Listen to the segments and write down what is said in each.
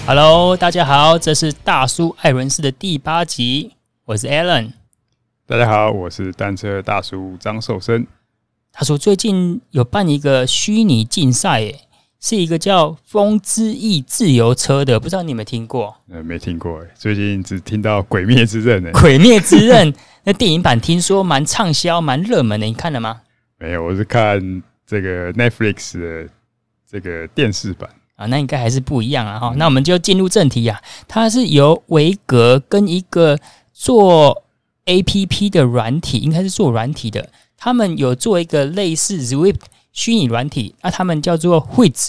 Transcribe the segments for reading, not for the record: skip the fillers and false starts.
Hello， 大家好，这是大叔艾伦斯的第8集，我是 Alan。 大家好，我是单车大叔张寿生。 大叔最近有办一个虚拟竞赛，是一个叫风之翼自由车的，不知道你有没有听过？ 没听过，最近只听到《鬼灭之刃》。 鬼灭之刃那电影版听说蛮畅销、蛮热门的，你看了吗？ 没有，我是看这个 Netflix 的这个电视版。 那应该还是不一样啊哈。那我们就进入正题啊，它是由维格跟一个做 APP 的软体，应该是做软体的，他们有做一个类似 Zwift 虚拟软体，他们叫做 Whiizu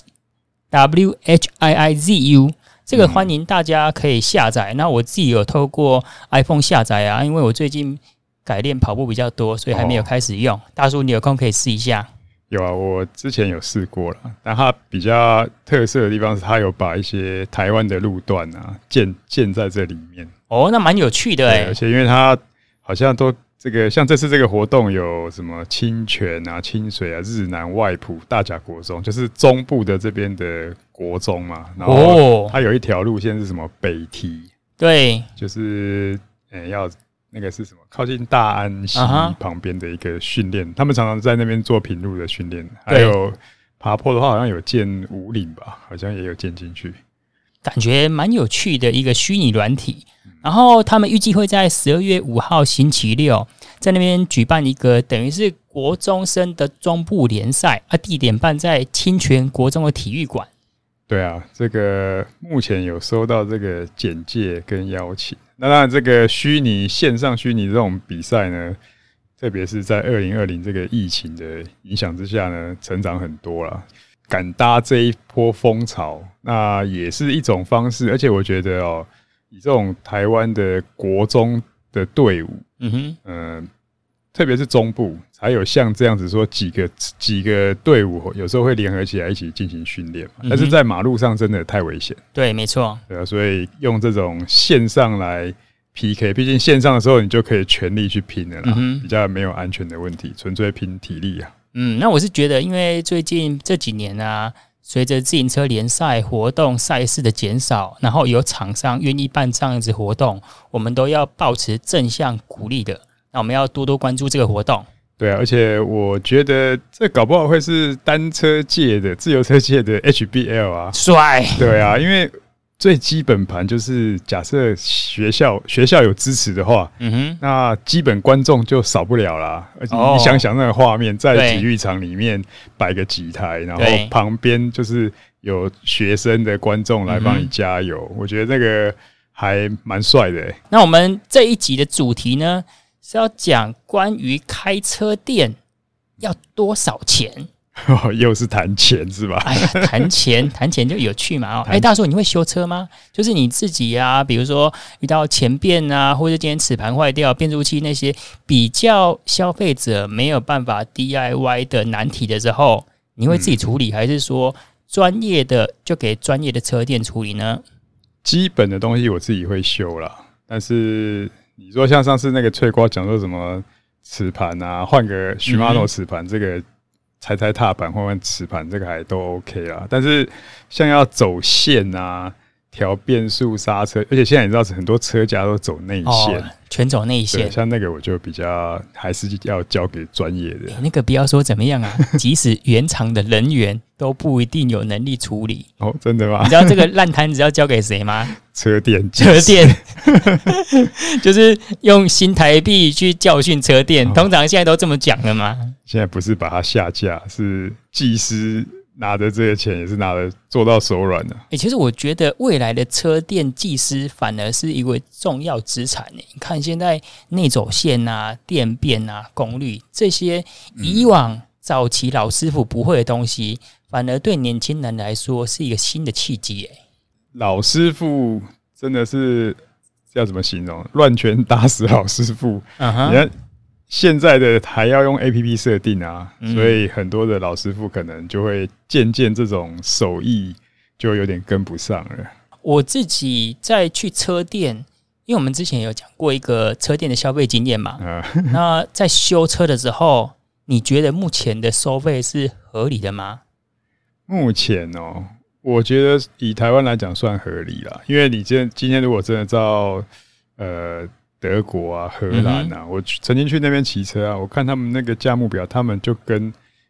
WHIIZU， 这个欢迎大家可以下载。那我自己有透过 iPhone 下载啊，因为我最近改练跑步比较多，所以还没有开始用。大叔，你有空可以试一下。 有啊，我之前有试过了，但它比较特色的地方是，它有把一些台湾的路段啊建在这里面。 哦，那蛮有趣的而且因为它好像都这个，像这次这个活动有什么清泉啊、清水啊、日南、外埔、大甲国中，就是中部的这边的国中嘛。然后它有一条路线是什么北堤， 对， 就是要。那个是什么？靠近大安溪旁边的一个训练，他们常常在那边做平路的训练。还有爬坡的话，好像有建武岭吧，好像也有建进去。 感觉蛮有趣的一个虚拟软体。然后他们预计会在12月5号星期六，在那边举办一个等于是国中生的中部联赛，地点办在清泉国中的体育馆。 对啊，这个目前有收到这个简介跟邀请。那当然，这个线上虚拟这种比赛呢，特别是在2020这个疫情的影响之下呢，成长很多啦。敢搭这一波风潮，那也是一种方式。而且我觉得以这种台湾的国中的队伍，特别是中部，才有像这样子说几个队伍有时候会联合起来一起进行训练嘛。但是在马路上真的太危险。 对，没错。 对啊，所以用这种线上来 PK， 毕竟线上的时候你就可以全力去拼了啦，比较没有安全的问题，纯粹拼体力啊。 那我是觉得，因为最近这几年啊，随着自行车联赛活动赛事的减少，然后有厂商愿意办这样子活动，我们都要抱持正向鼓励的。那我们要多多关注这个活动。 对啊，而且我觉得这搞不好会是单车界的自由车界的 HBL 啊， 帅。对啊，因为最基本盘就是假设学校有支持的话，那基本观众就少不了啦。而且你想想那个画面，在体育场里面摆个几台，然后旁边就是有学生的观众来帮你加油，我觉得那个还蛮帅的。 那我们这一集的主题呢，是要讲关于开车店要多少钱。 又是谈钱是吧？ 哎呀，谈钱就有趣嘛。大叔，你会修车吗？就是你自己啊，比如说遇到前变啊，或者今天齿盘坏掉、变速器那些比较消费者没有办法 DIY 的难题的时候，你会自己处理，还是说专业的就给专业的车店处理呢？ 基本的东西我自己会修啦，但是你说像上次那个翠瓜讲说什么齿盘啊，换个 Shimano 齿盘，这个拆踏板换齿盘，这个还都 OK 啦。但是像要走线啊、调变速、刹车，而且现在你知道很多车家都走内线， 全走内线。 像那个我就比较还是要交给专业的。 那个不要说怎么样啊，即使原厂的人员都不一定有能力处理。 哦，真的吗？ 你知道这个烂摊子要交给谁吗？ 车店， 就是用新台币去教训车店。通常现在都这么讲了吗？ 现在不是把它下架，是技师拿着这些钱也是拿着做到手软的。 其实我觉得未来的车店技师反而是一位重要资产。你看现在内走线啊、电变啊、功率这些以往早期老师傅不会的东西，反而对年轻人来说是一个新的契机。 老师傅真的是要怎么形容？乱拳打死老师傅。你看现在的还要用 APP 设定啊，所以很多的老师傅可能就会渐渐这种手艺就有点跟不上了。 我自己在去车店，因为我们之前有讲过一个车店的消费经验嘛，那在修车的时候，你觉得目前的收费是合理的吗？ 目前我觉得以台湾来讲算合理啦，因为你今天如果真的照德国啊、荷兰啊，我曾经去那边骑车啊，我看他们那个价目表，他们就跟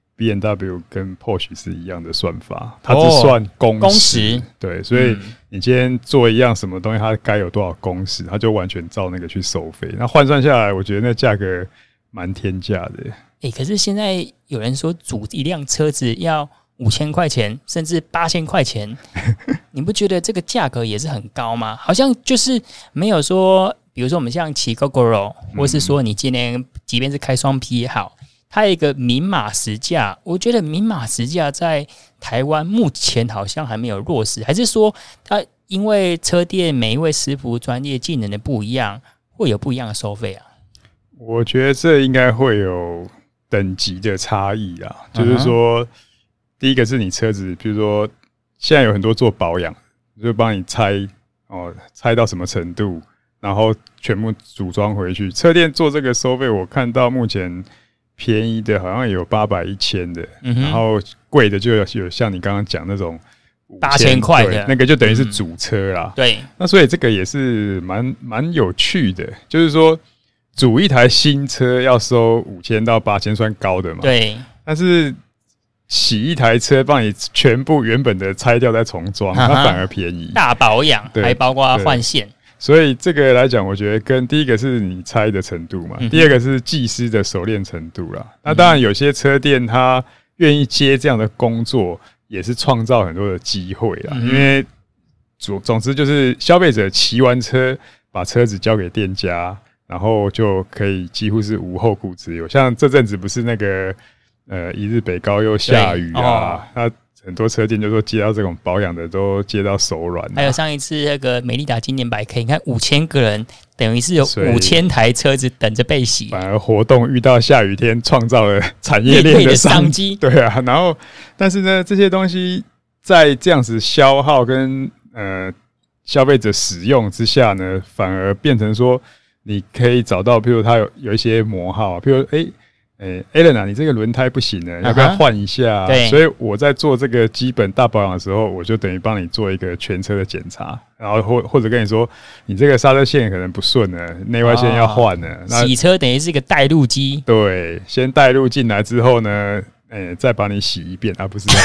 BMW 跟 Porsche 是一样的算法，它只算工时，对，所以你今天做一样什么东西，它该有多少工时，它就完全照那个去收费。那换算下来，我觉得那价格蛮天价的。 可是现在有人说组一辆车子要5000块钱，甚至8000块钱，你不觉得这个价格也是很高吗？好像就是没有说，比如说我们像骑 Gogoro， 或是说你今天即便是开双 P 也好，它有一个明码实价。我觉得明码实价在台湾目前好像还没有落实，还是说它因为车店每一位师傅专业技能的不一样，会有不一样的收费啊？ 我觉得这应该会有等级的差异啦，就是说，第一个是你车子，比如说现在有很多做保养，就帮你拆到什么程度，然后全部组装回去。车店做这个收费，我看到目前便宜的好像有800、1000的，然后贵的就有像你刚刚讲那种 8000块的， 那个就等于是主车啦。 对， 那所以这个也是蛮有趣的，就是说。组一台新车要收5000到8000，算高的嘛？ 对。 但是洗一台车，帮你全部原本的拆掉再重装，它反而便宜。 大保养，还包括换线。 所以这个来讲，我觉得跟第一个是你拆的程度嘛，第二个是技师的熟练程度啦。那当然，有些车店他愿意接这样的工作，也是创造很多的机会啦。因为总之就是消费者骑完车，把车子交给店家。然后就可以几乎是无后顾之忧。像这阵子不是那个一日北高又下雨啊，那很多车店就说接到这种保养的都接到手软。 还有上一次那个美利达经典100K，你看5000个人，等于是有5000台车子等着被洗。 反而活动遇到下雨天，创造了产业链的商机。对啊，然后但是呢，这些东西在这样子消耗跟消费者使用之下呢，反而变成说。你可以找到，譬如它有一些磨耗，譬如Alan 啊，你这个轮胎不行了，要不要换一下？对，所以我在做这个基本大保养的时候，我就等于帮你做一个全车的检查，然后或者跟你说，你这个刹车线可能不顺了，内外线要换了。 洗车等于是一个带路机， 对，先带路进来之后呢。再把你洗一遍啊，不是？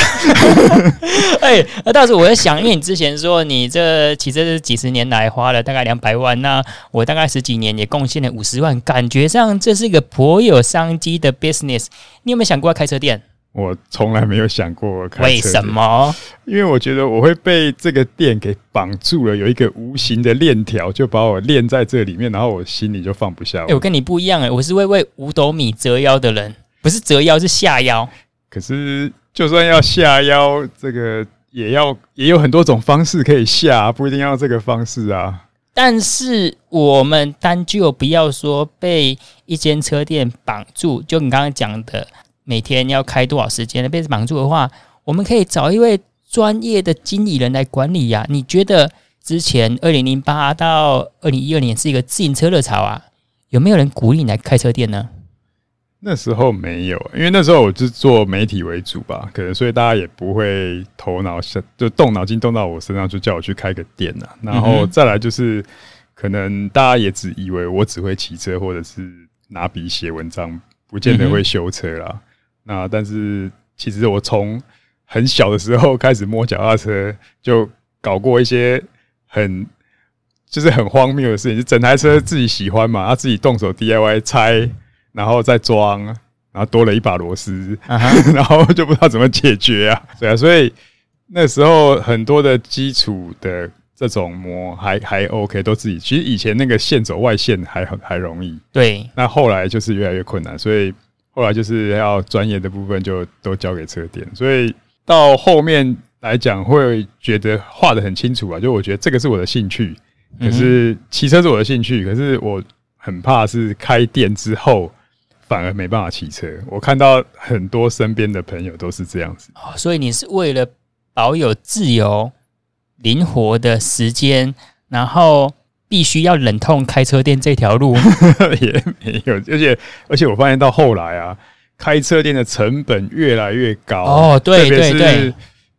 倒是我在想，因为你之前说你这骑车是几十年来花了大概200万，那我大概10几年也贡献了50万，感觉上这是一个颇有商机的 business。你有没有想过要开车店？ 我从来没有想过开车店。 为什么？ 因为我觉得我会被这个店给绑住了，有一个无形的链条就把我链在这里面，然后我心里就放不下。 我跟你不一样我是会为5斗米折腰的人。不是折腰，是下腰。 可是，就算要下腰，这个也有很多种方式可以下，不一定要这个方式啊。 但是我们单就不要说被一间车店绑住，就你刚刚讲的，每天要开多少时间被绑住的话，我们可以找一位专业的经理人来管理呀。你觉得之前2008到2012年是一个自行车热潮啊，有没有人鼓励你来开车店呢？ 那时候没有，因为那时候我是做媒体为主吧，可能所以大家也不会就动脑筋动到我身上，就叫我去开个店啊。然后再来就是，可能大家也只以为我只会骑车，或者是拿笔写文章，不见得会修车啦。那但是其实我从很小的时候开始摸脚踏车，就搞过一些很荒谬的事情，就整台车自己喜欢嘛，自己动手 DIY 拆。然后再装，然后多了一把螺丝，然后就不知道怎么解决啊。对啊，所以那时候很多的基础的这种磨还 OK， 都自己。其实以前那个线走外线还容易， 对。 那后来就是越来越困难，所以后来就是要专业的部分就都交给车店。所以到后面来讲，会觉得画得很清楚啊。就我觉得这个是我的兴趣，可是骑车是我的兴趣，可是我很怕是开店之后。反而没办法骑车，我看到很多身边的朋友都是这样子。 所以你是为了保有自由、灵活的时间，然后必须要忍痛开车店这条路也没有，而且我发现到后来啊，开车店的成本越来越高。 对对对，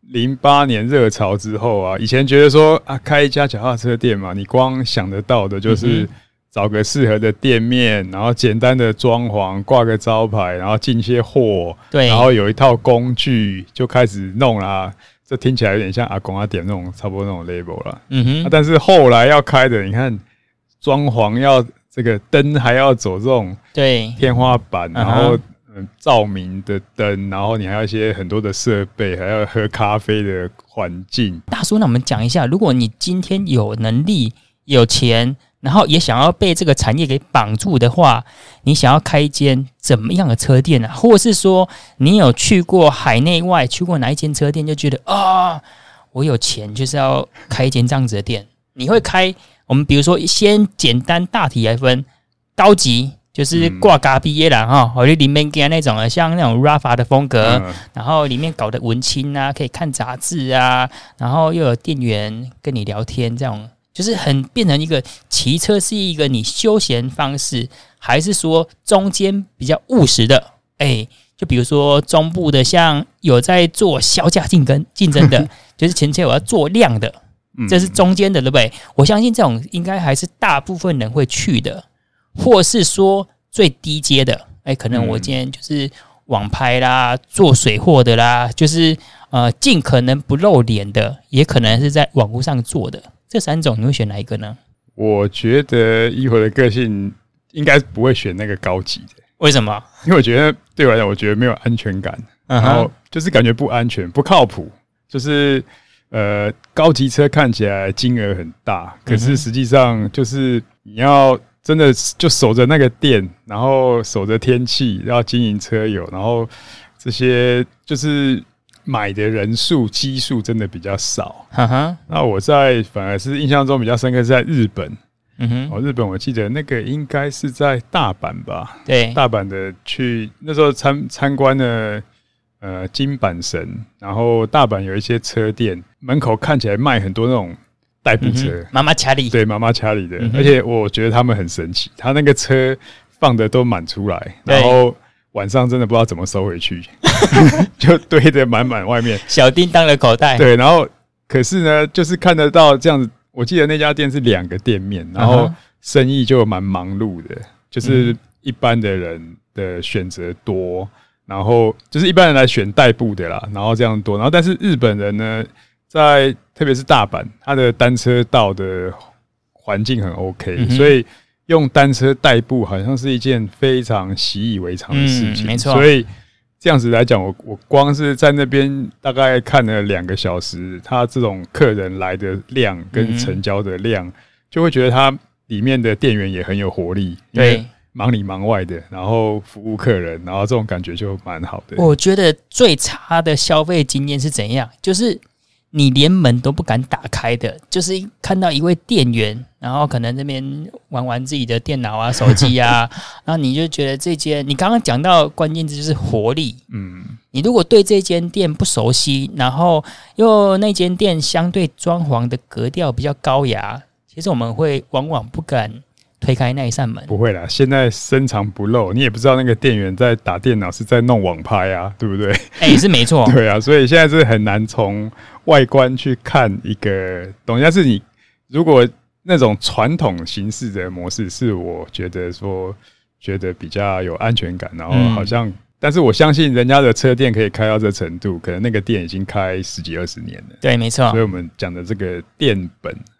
08年热潮之后啊，以前觉得说啊，开一家脚踏车店嘛，你光想得到的就是找个适合的店面，然后简单的装潢，挂个招牌，然后进些货， 对， 然后有一套工具就开始弄啦。这听起来有点像阿公阿点那种差不多那种 label 啦。但是后来要开的，你看装潢要这个灯还要走这种对天花板，然后照明的灯，然后你还要一些很多的设备，还要喝咖啡的环境。 大叔，那我们讲一下，如果你今天有能力、有钱，然后也想要被这个产业给绑住的话，你想要开一间怎么样的车店啊？或者是说，你有去过海内外，去过哪一间车店，就觉得啊，我有钱就是要开一间这样子的店。你会开？我们比如说，先简单大体来分，高级就是挂咖毕业啦哈，或者里面给那种像那种 Rafa 的风格，然后里面搞得文青啊，可以看杂志啊，然后又有店员跟你聊天这种。就是很变成一个骑车是一个你休闲方式，还是说中间比较务实的？就比如说中部的，像有在做销价竞争的，就是前期我要做量的，这是中间的，对不对？我相信这种应该还是大部分人会去的，或是说最低阶的，可能我今天就是网拍啦，做水货的啦，就是尽可能不露脸的，也可能是在网络上做的。这三种你会选哪一个呢？ 我觉得以我的个性应该不会选那个高级的。 为什么？ 因为我觉得对我来讲，我觉得没有安全感，然后就是感觉不安全、不靠谱。就是高级车看起来金额很大，可是实际上就是你要真的就守着那个店，然后守着天气，要经营车友，然后这些就是买的人数基数真的比较少。那我反而是印象中比较深刻是在日本。日本我记得那个应该是在大阪吧？对，大阪的去那时候参观了金阪神，然后大阪有一些车店门口看起来卖很多那种代步车， 妈妈卡里， 对，妈妈卡里的，而且我觉得他们很神奇，他那个车放的都满出来，然后晚上真的不知道怎么收回去，就堆得满满外面， 小叮当的口袋。 对，然后可是呢，就是看得到这样子。我记得那家店是2个店面，然后生意就蛮忙碌的，就是一般的人的选择多，然后就是一般人来选代步的啦，然后这样多，然后但是日本人呢，在特别是大阪，他的单车道的环境很 OK，所以用单车代步好像是一件非常习以为常的事情， 没错。 所以这样子来讲，我光是在那边大概看了2个小时，他这种客人来的量跟成交的量，就会觉得他里面的店员也很有活力，对，忙里忙外的，然后服务客人，然后这种感觉就蛮好的。 我觉得最差的消费经验是怎样？就是你连门都不敢打开的，就是看到一位店员，然后可能那边玩自己的电脑啊、手机啊，然后你就觉得这间，你刚刚讲到关键字就是活力。你如果对这间店不熟悉，然后又那间店相对装潢的格调比较高雅，其实我们会往往不敢推开那一扇门。 不会啦，现在深藏不露，你也不知道那个店员在打电脑是在弄网拍啊，对不对？ 是没错。 对啊，所以现在是很难从外观去看一个东西。但是你如果那种传统形式的模式，是我觉得比较有安全感，然后好像，但是我相信人家的车店可以开到这程度，可能那个店已经开10几20年了。 对，没错。 所以我们讲的这个店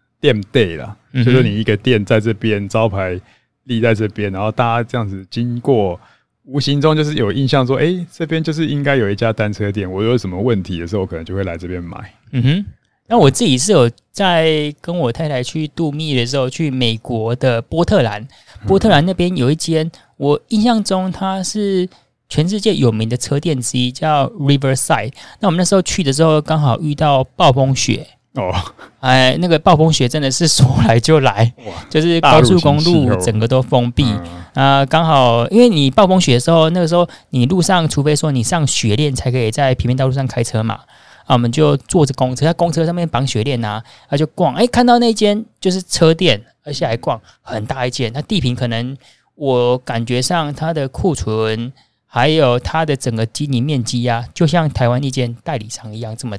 day 啦，就是你一个店在这边，招牌立在这边，然后大家这样子经过，无形中就是有印象说，这边就是应该有一家单车店，我有什么问题的时候，我可能就会来这边买。 那我自己是有在跟我太太去度蜜的时候，去美国的波特兰那边有一间，我印象中它是全世界有名的车店之一，叫 Riverside。那我们那时候去的时候，刚好遇到暴风雪。那个暴风雪真的是说来就来，就是高速公路整个都封闭。刚好因为你暴风雪的时候，那个时候你路上，除非说你上雪链才可以在平面道路上开车嘛。我们就坐着公车，在公车上面绑雪链啊，就逛。看到那间就是车店，而且还逛很大一间。它地坪可能我感觉上它的库存，还有它的整个经营面积啊，就像台湾一间代理商一样这么大。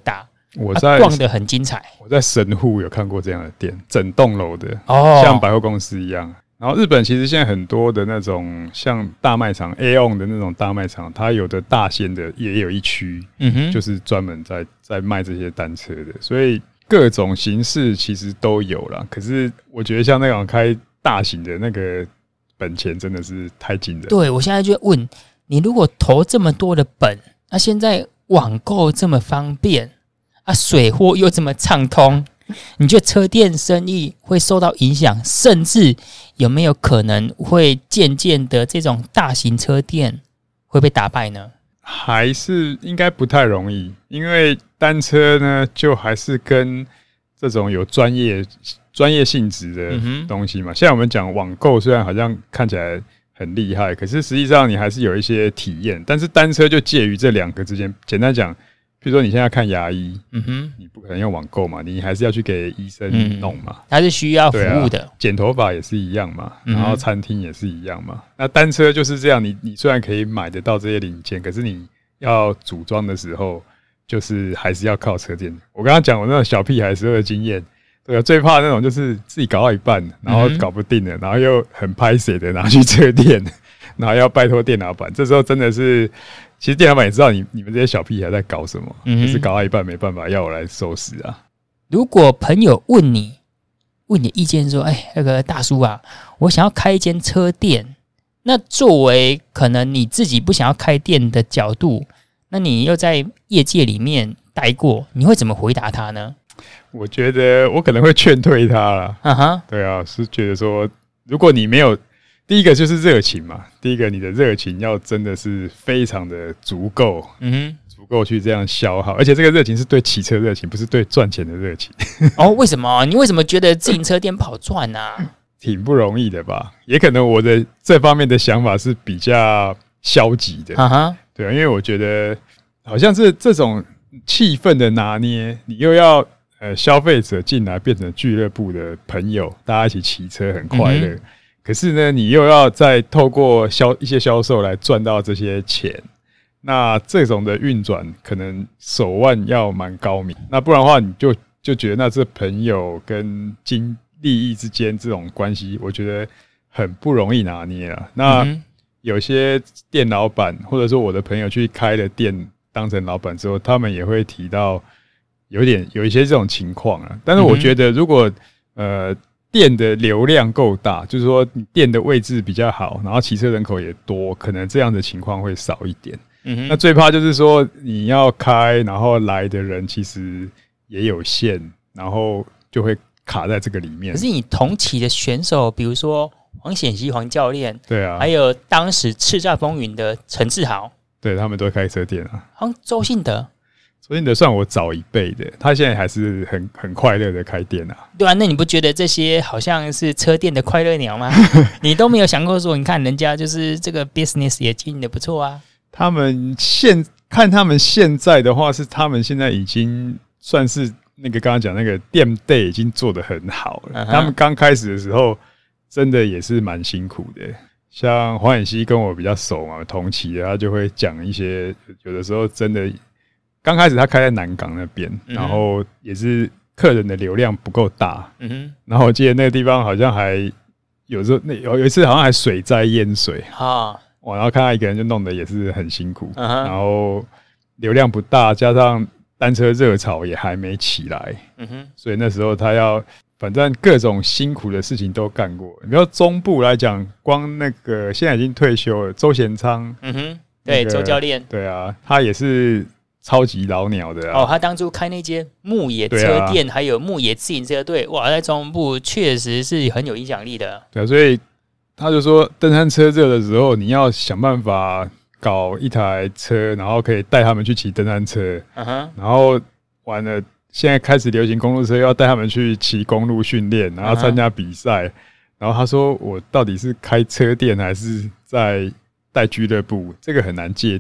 我在逛得很精彩。 我在神户有看过这样的店，整栋楼的，像百货公司一样。然后日本其实现在很多的那种像大卖场 Aeon 的那种大卖场，它有的大间的也有一区，就是专门在卖这些单车的，所以各种形式其实都有啦。可是我觉得像那种开大型的那个本钱真的是太惊人。 对，我现在就问你，如果投这么多的本，那现在网购这么方便啊，水货又这么畅通，你觉得车店生意会受到影响，甚至有没有可能会渐渐的这种大型车店会被打败呢？ 还是应该不太容易，因为单车呢，就还是跟这种有专业性质的东西嘛。像我们讲网购，虽然好像看起来很厉害，可是实际上你还是有一些体验。但是单车就介于这两个之间。简单讲，比如说你现在看牙医，你不可能用网购嘛，你还是要去给医生弄嘛， 它是需要服务的。 剪头发也是一样嘛，然后餐厅也是一样嘛。那单车就是这样，你虽然可以买得到这些零件，可是你要组装的时候，就是还是要靠车店。我刚刚讲我那种小屁孩时候的经验。对啊，最怕那种就是自己搞到一半，然后搞不定了，然后又很拍谁的拿去车店，然后要拜托店老板。这时候真的是，其实店老板也知道你们这些小屁孩在搞什么，就是搞到一半没办法，要我来收拾啊。 如果朋友问你意见说，那个大叔啊，我想要开一间车店，那作为可能你自己不想要开店的角度，那你又在业界里面待过，你会怎么回答他呢？ 我觉得我可能会劝退他啦。对啊，是觉得说，如果你没有第一个就是热情嘛，第一个你的热情要真的是非常的足够，足够去这样消耗，而且这个热情是对骑车热情，不是对赚钱的热情。 为什么？你为什么觉得自行车店不好赚啊？ 挺不容易的吧？也可能我的这方面的想法是比较消极的。对啊，因为我觉得好像是这种气氛的拿捏，你又要消费者进来变成俱乐部的朋友，大家一起骑车很快乐。可是呢，你又要再透过一些销售来赚到这些钱，那这种的运转可能手腕要蛮高明。那不然的话，你就觉得那这朋友跟利益之间这种关系，我觉得很不容易拿捏啊。那有些店老板或者说我的朋友去开了店当成老板之后，他们也会提到有一些这种情况啊。但是我觉得如果店的流量够大，就是说你店的位置比较好，然后骑车人口也多，可能这样的情况会少一点。那最怕就是说你要开，然后来的人其实也有限，然后就会卡在这个里面。 可是你同期的选手，比如说黄显熙黄教练， 对啊， 还有当时叱咤风云的陈志豪， 对，他们都开车店啊。 好像周信德算我早一辈的，他现在还是很快乐的开店啊。 对啊，那你不觉得这些好像是车店的快乐鸟吗？你都没有想过说，你看人家就是这个 business 也经营的不错啊。 他们现在的话，是他们现在已经算是那个刚刚讲那个店 day 已经做得很好了。他们刚开始的时候，真的也是蛮辛苦的。像黄衍熙跟我比较熟嘛，同期的，他就会讲一些，有的时候真的。刚开始他开在南港那边，然后也是客人的流量不够大，然后我记得那个地方好像还有时候有一次好像还水灾淹水然后看他一个人就弄得也是很辛苦，然后流量不大，加上单车热潮也还没起来，所以那时候他反正各种辛苦的事情都干过。你要中部来讲，光那个现在已经退休了周贤昌， 对，周教练， 对啊，他也是。超级老鸟的他当初开那间牧野车店，还有牧野自行车队，哇，在中部确实是很有影响力的。 对啊，所以他就说，登山车热的时候，你要想办法搞一台车，然后可以带他们去骑登山车。然后完了，现在开始流行公路车，要带他们去骑公路训练，然后参加比赛。然后他说，我到底是开车店还是在带俱乐部？这个很难界定。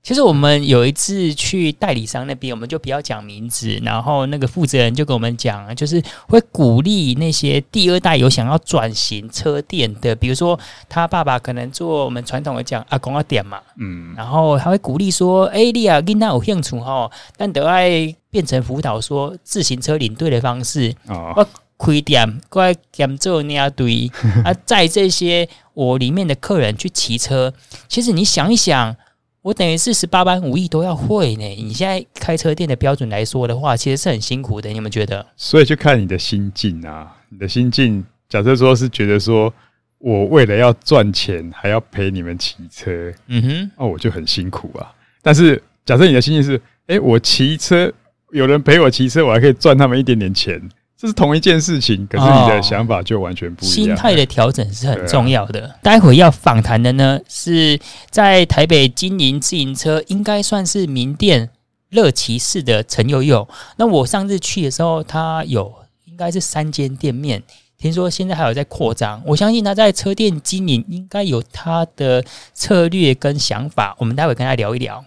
其实我们有一次去代理商那边，我们就不要讲名字，然后那个负责人就跟我们讲，就是会鼓励那些第二代有想要转型车店的，比如说他爸爸可能做我们传统的讲阿公阿店嘛，然后他会鼓励说，你啊囡仔有兴趣吼，但得爱变成辅导说自行车领队的方式，我开店，过来兼做领队载这些我里面的客人去骑车。其实你想一想。我等于是18般武艺都要会呢。你现在开车店的标准来说的话，其实是很辛苦的，你有没有觉得？ 所以就看你的心境啊，你的心境，假设说是觉得说我为了要赚钱还要陪你们骑车，我就很辛苦啊。但是假设你的心境是，我骑车有人陪我骑车，我还可以赚他们一点点钱。这是同一件事情，可是你的想法就完全不一样。 心态的调整是很重要的。待会要访谈的呢，是在台北经营自行车，应该算是名店乐骑士的陈佑佑。那我上次去的时候，他有应该是3间店面，听说现在还有在扩张。我相信他在车店经营应该有他的策略跟想法。我们待会跟他聊一聊。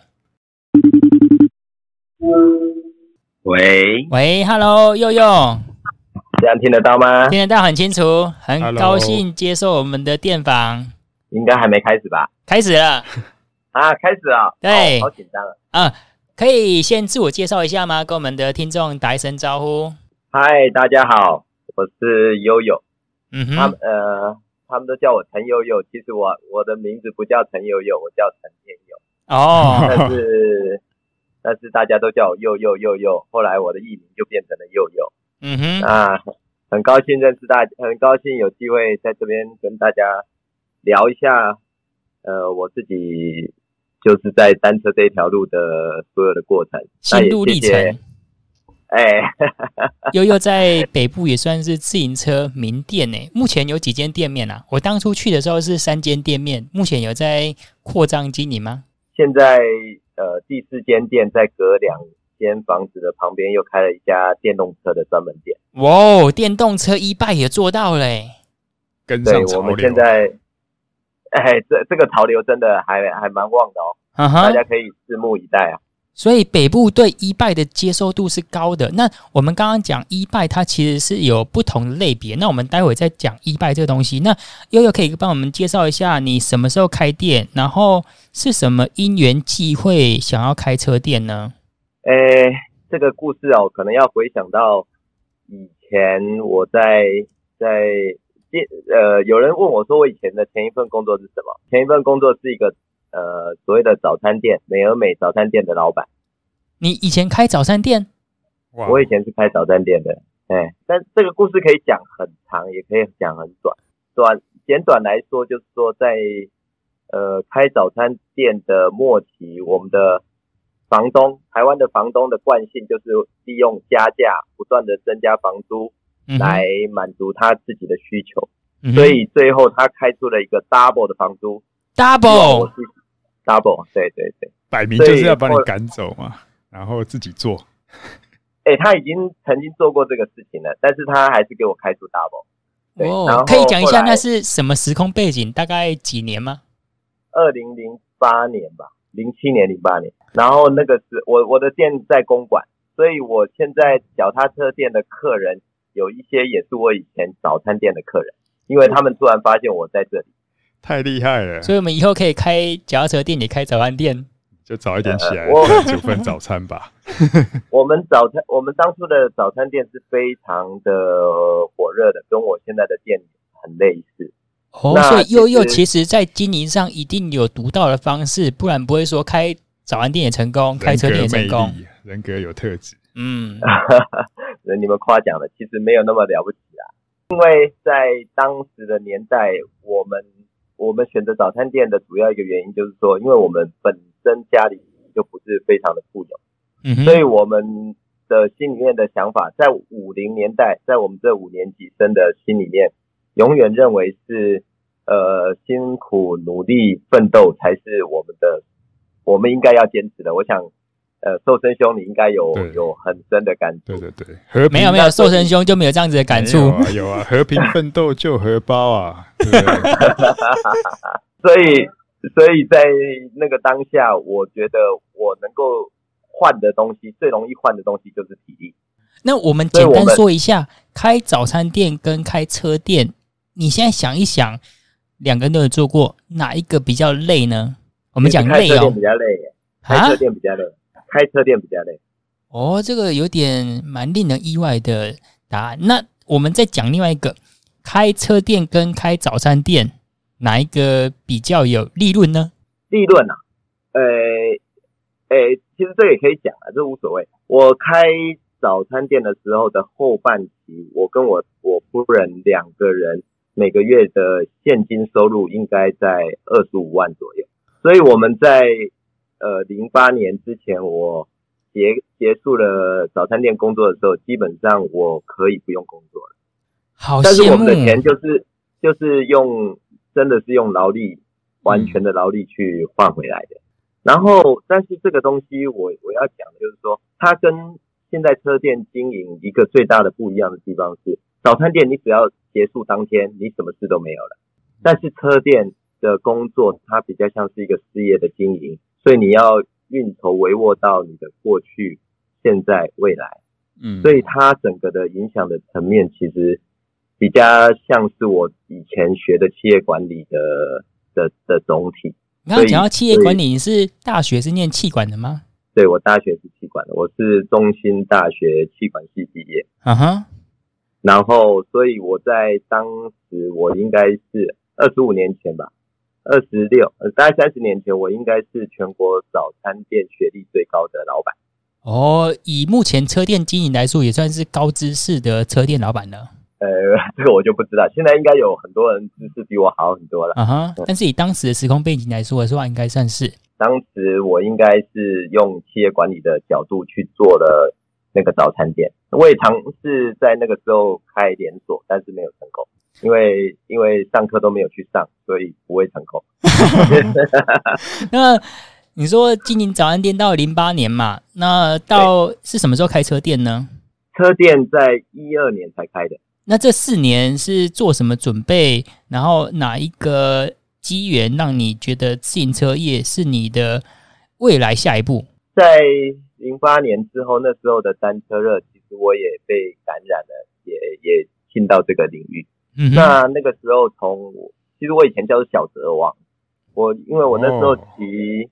喂 ，Hello， 佑佑。 这样听得到吗？ 听得到，很清楚，很高兴接受我们的电访。 应该还没开始吧？ 开始了啊，开始了。 对， 好紧张啊！ 可以先自我介绍一下吗？跟我们的听众打一声招呼。 嗨，大家好，我是悠悠。他们都叫我陈悠悠，其实我的名字不叫陈悠悠，我叫陈天佑。但是大家都叫我悠悠悠悠，后来我的艺名就变成了悠悠。很高兴认识很高兴有机会在这边跟大家聊一下，我自己就是在单车这一条路的所有的过程， 心路历程。悠悠在北部也算是自行车名店呢，目前有几间店面啊？我当初去的时候是3间店面，目前有在扩张经营吗？ 现在第4间店在隔2间房子的旁边又开了一家电动车的专门店。 哇，电动车e-bike也做到了跟上潮流。 对，我们现在这个潮流真的还蛮旺的哦，大家可以拭目以待啊。 所以北部对 e-bike 的接受度是高的。那我们刚刚讲 e-bike 它其实是有不同的类别，那我们待会再讲 e-bike 这个东西。那悠悠可以帮我们介绍一下你什么时候开店，然后是什么因缘际会想要开车店呢？ 这个故事可能要回想到以前我有人问我说我以前的前一份工作是什么？前一份工作是一个所谓的早餐店，美而美早餐店的老板。 你以前开早餐店？ 我以前是开早餐店的。但这个故事可以讲很长，也可以讲很短。简短来说，就是说在开早餐店的末期，我们的台湾的房东的惯性就是利用加价不断的增加房租来满足他自己的需求，所以最后他开出了一个 double 的房租。double， 对对对， 摆明就是要把你赶走嘛，然后自己做。 他已经曾经做过这个事情了，但是他还是给我开出 double。 可以讲一下那是什么时空背景？大概几年吗 ？2008年吧，07年、08年。然后那个是我的店在公馆，所以我现在脚踏车店的客人有一些也是我以前早餐店的客人，因为他们突然发现我在这里。 太厉害了！ 所以我们以后可以开脚踏车店，也开早餐店， 就早一点起来煮份早餐吧。 我们当初的早餐店是非常的火热的，跟我现在的店很类似。 所以悠悠其实在经营上一定有独到的方式，不然不会说开早餐店也成功，开车店也成功。 人格有特质。 你们夸奖了，其实没有那么了不起啦。因为在当时的年代，我们选择早餐店的主要一个原因就是说，因为我们本身家里就不是非常的富有，所以我们的心里面的想法，在50年代，在我们这5年级生的心里面，永远认为是辛苦努力奋斗才是我们应该要坚持的。我想瘦身兄你应该有很深的感触。 对对对， 没有瘦身兄就没有这样子的感触。 有啊，和平奋斗救荷包啊。对不对？ 所以在那个当下，我觉得我能够换的东西，最容易换的东西就是体力。 那我们简单说一下，开早餐店跟开车店，你现在想一想，两个人都有做过，哪一个比较累呢？我们讲累哦， 开车店比较累，开车店比较累，开车店比较累。 哦，这个有点蛮令人意外的答案。那我们再讲另外一个，开车店跟开早餐店，哪一个比较有利润呢？ 利润啊，其实这也可以讲啊，这无所谓。我开早餐店的时候的后半期，我跟我夫人两个人每个月的现金收入应该在25万左右。所以我们在08年之前，我结束了早餐店工作的时候，基本上我可以不用工作了。 好羡慕。 但是我们的钱就是用真的是用劳力，完全的劳力去换回来的。然后，但是这个东西我要讲的就是说，它跟现在车店经营一个最大的不一样的地方是，早餐店你只要结束当天，你什么事都没有了。但是车店的工作，它比较像是一个事业的经营，所以你要运筹帷幄到你的过去、现在、未来。所以它整个的影响的层面，其实比较像是我以前学的企业管理的总体。 你刚刚讲到企业管理，你是大学是念企管的吗？ 对，我大学是企管的，我是中兴大学企管系毕业。然后，所以我在当时，我应该是25年前吧，26，大概30年前，我应该是全国早餐店学历最高的老板。 哦，以目前车店经营来说，也算是高知识的车店老板了。 这个我就不知道，现在应该有很多人知识比我好很多了。 但是以当时的时空背景来说的话，应该算是。 当时我应该是用企业管理的角度去做了那个早餐店，我也尝试在那个时候开连锁，但是没有成功，因为上课都没有去上，所以不会成功。 那你说经营早餐店到08年嘛，那到是什么时候开车店呢？ 车店在12年才开的。 那这4年是做什么准备？然后哪一个机缘让你觉得自行车业是你的未来下一步？ 在08年之后，那时候的单车热，其实我也被感染了，也进到这个领域。那个时候其实我以前叫做小泽王，因为我那时候骑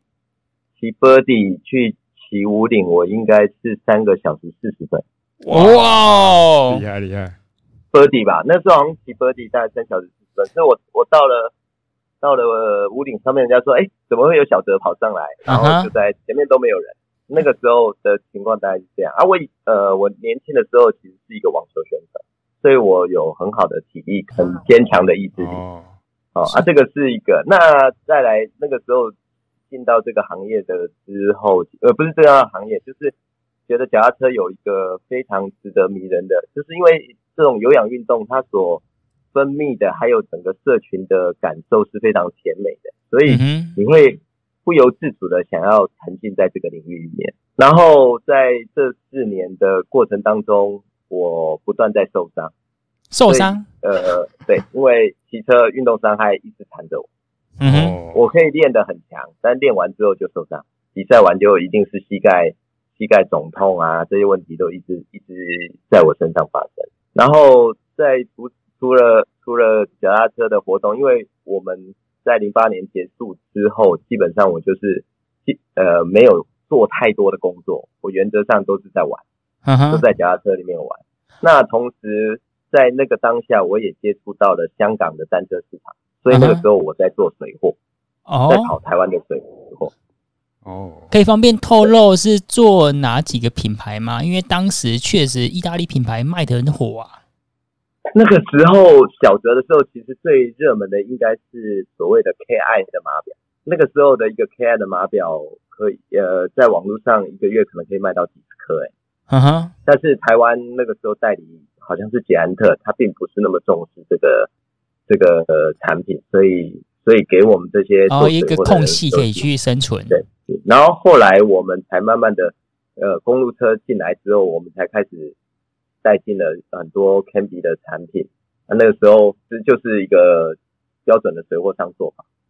Birdy 去骑武岭，我应该是3个小时40分。 哇， 厉害厉害 ！Birdy 吧，那时候好像骑 Birdy 大概3小时40分，所以我到了武岭上面，人家说，怎么会有小泽跑上来？然后就在前面都没有人。那个时候的情况大概是这样啊。我年轻的时候其实是一个网球选手，所以我有很好的体力，很坚强的意志力。这个是一个。那再来那个时候进到这个行业的之后，不是这个行业，就是觉得脚踏车有一个非常值得迷人的，就是因为这种有氧运动，它所分泌的还有整个社群的感受是非常甜美的，所以你会不由自主的想要沉浸在这个领域里面。然后在这4年的过程当中，我不断在受伤。对，因为骑车运动伤害一直缠着我。我可以练得很强，但练完之后就受伤，比赛完就一定是膝盖肿痛啊，这些问题都一直在我身上发生。然后在除了脚踏车的活动，因为我们在08年结束之后，基本上我就是没有做太多的工作，我原则上都是在玩，都在脚踏车里面玩。那同时在那个当下，我也接触到了香港的单车市场，所以那个时候我在做水货，在跑台湾的水货。 可以方便透露是做哪几个品牌吗？因为当时确实意大利品牌卖得很火啊。 那个时候小泽的时候，其实最热门的应该是所谓的 KI 的码表。那个时候的一个 KI 的码表可以在网络上一个月可能可以卖到几十颗但是台湾那个时候代理好像是捷安特，他并不是那么重视这个产品，所以给我们这些做一个空隙可以去生存。 对，然后后来我们才慢慢的公路车进来之后，我们才开始带进了很多 Canby 的产品。那个时候就是一个标准的水货商做法。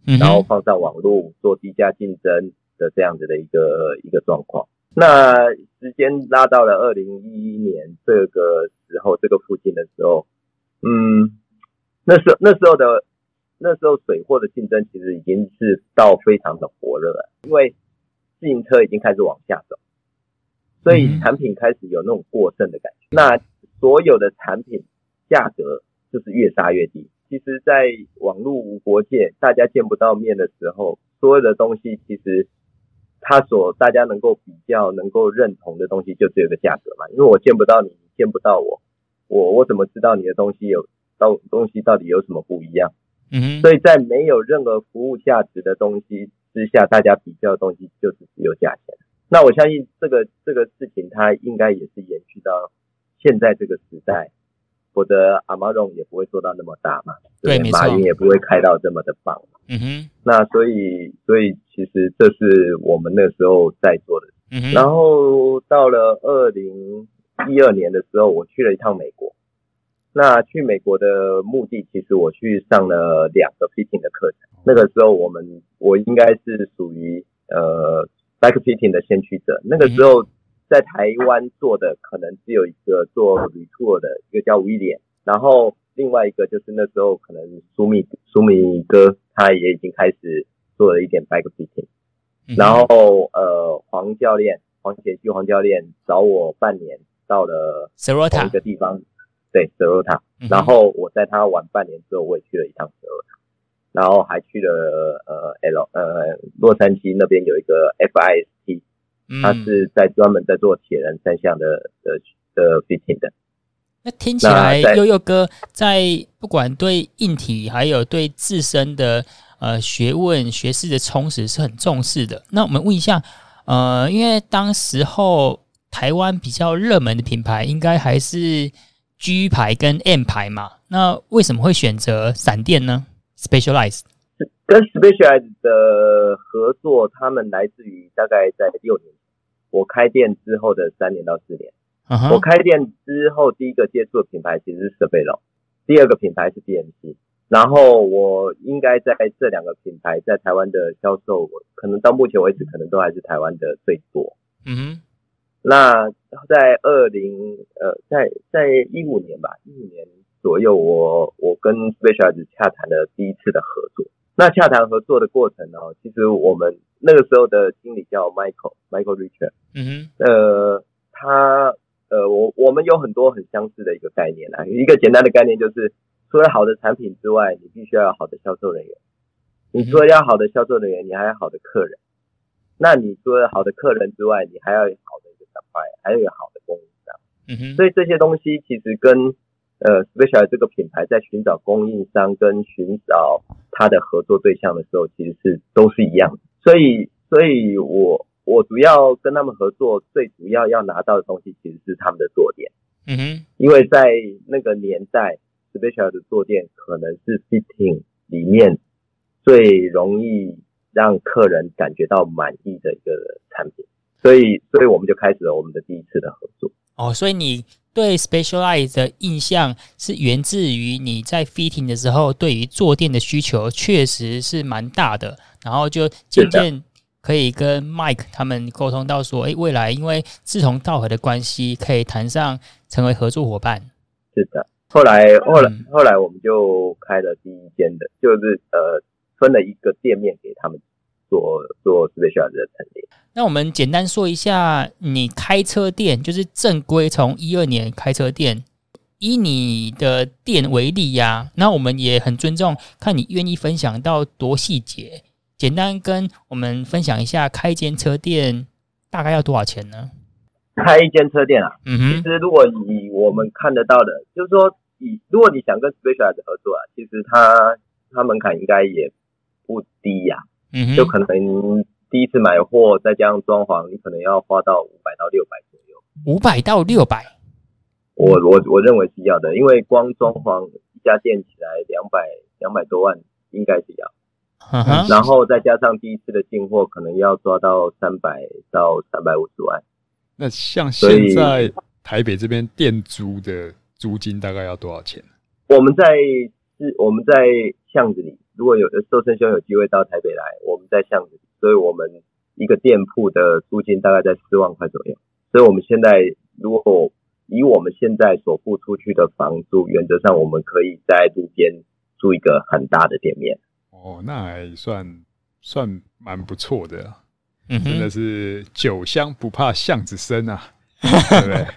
然后放上网络做低价竞争的这样子的一个状况。那时间拉到了2011年这个时候，这个附近的时候，那时候水货的竞争其实已经是到非常的火热了，因为自行车已经开始往下走，所以产品开始有那种过剩的感觉。那所有的产品价格就是越杀越低。其实在网络无国界，大家见不到面的时候，所有的东西其实大家能够比较能够认同的东西就只有一个价格嘛，因为我见不到你，你见不到我怎么知道你的东西到底有什么不一样？所以在没有任何服务价值的东西之下，大家比较的东西就是只有价钱。那我相信这个事情它应该也是延续到现在这个时代，否则 Amazon 也不会做到那么大嘛， 对，没错， 马云也不会开到这么的棒嘛。那所以其实这是我们那时候在做的。然后到了2012年的时候，我去了一趟美国。那去美国的目的，其实我去上了2个 fitting 的课程。那个时候我应该是属于bike fitting 的先驱者。那个时候在台湾做的可能只有一个做 retour 的，一个叫William，然后另外一个就是那时候可能苏米哥他也已经开始做了一点 bike fitting，然后黄教练找我半年到了同一个地方，对 Serota， 然后我在他玩半年之后，我也去了一趟 Serota， 然后还去了洛杉矶那边有一个 FIST， 他是专门在做铁人3项的 fitting 的。 那听起来悠悠哥在不管对硬体还有对自身的学问学识的充实是很重视的。那我们问一下，因为当时候台湾比较热门的品牌应该还是 G 牌跟 M 牌嘛，那为什么会选择闪电呢 ？Specialized 跟 Specialized 的合作，他们来自于大概在6年前，我开店之后的3年到4年。我开店之后第一个接触的品牌其实是 Cervelo， 第二个品牌是 DMC， 然后我应该在这2个品牌在台湾的销售，可能到目前为止可能都还是台湾的最多。那在在15年吧，15年左右，我跟 Specialized 洽谈了第一次的合作。那洽谈合作的过程呢，其实我们那个时候的经理叫 Michael Richard， 我们有很多很相似的一个概念啦。一个简单的概念就是，除了好的产品之外，你必须要有好的销售人员。你除了要好的销售人员，你还要好的客人。那你除了好的客人之外，你还要有好的一个 supply， 还要有好的供应商。所以这些东西其实跟Specialized 这个品牌在寻找供应商跟寻找他的合作对象的时候，其实都是一样的。所以我主要跟他们合作，最主要要拿到的东西其实是他们的坐垫。因为在那个年代 Specialized 的坐垫可能是 fitting 里面最容易让客人感觉到满意的一个产品，所以我们就开始了我们的第一次的合作。 所以你对 Specialized 的印象是源自于你在 fitting 的时候对于坐垫的需求确实是蛮大的，然后就渐渐可以跟 Mike 他们沟通到说，未来因为志同道合的关系，可以谈上成为合作伙伴。 是的，后来我们就开了第一间的，就是分了一个店面给他们做 Specialized 的陈列。 那我们简单说一下，你开车店就是正规从12年开车店，以你的店为例呀，那我们也很尊重，看你愿意分享到多细节。简单跟我们分享一下，开一间车店大概要多少钱呢？ 开一间车店啊，其实如果以我们看得到的，就是说如果你想跟 Specialized 合作啊，其实它门槛应该也不低呀，就可能第一次买货再加上装潢，你可能要花到500到600左右。 500到600， 我认为是要的，因为光装潢一家店起来200多万应该是要。然后再加上第一次的进货，可能要抓到300到350万。 那像现在台北这边店租的租金大概要多少钱？ 我们在巷子里， 如果有寿生兄有机会到台北来，我们在巷子，所以我们一个店铺的租金大概在4万块左右。所以我们现在如果以我们现在所付出去的房租，原则上我们可以在路边租一个很大的店面。 哦，那还算蛮不错的啊。真的是酒香不怕巷子深啊，对不对？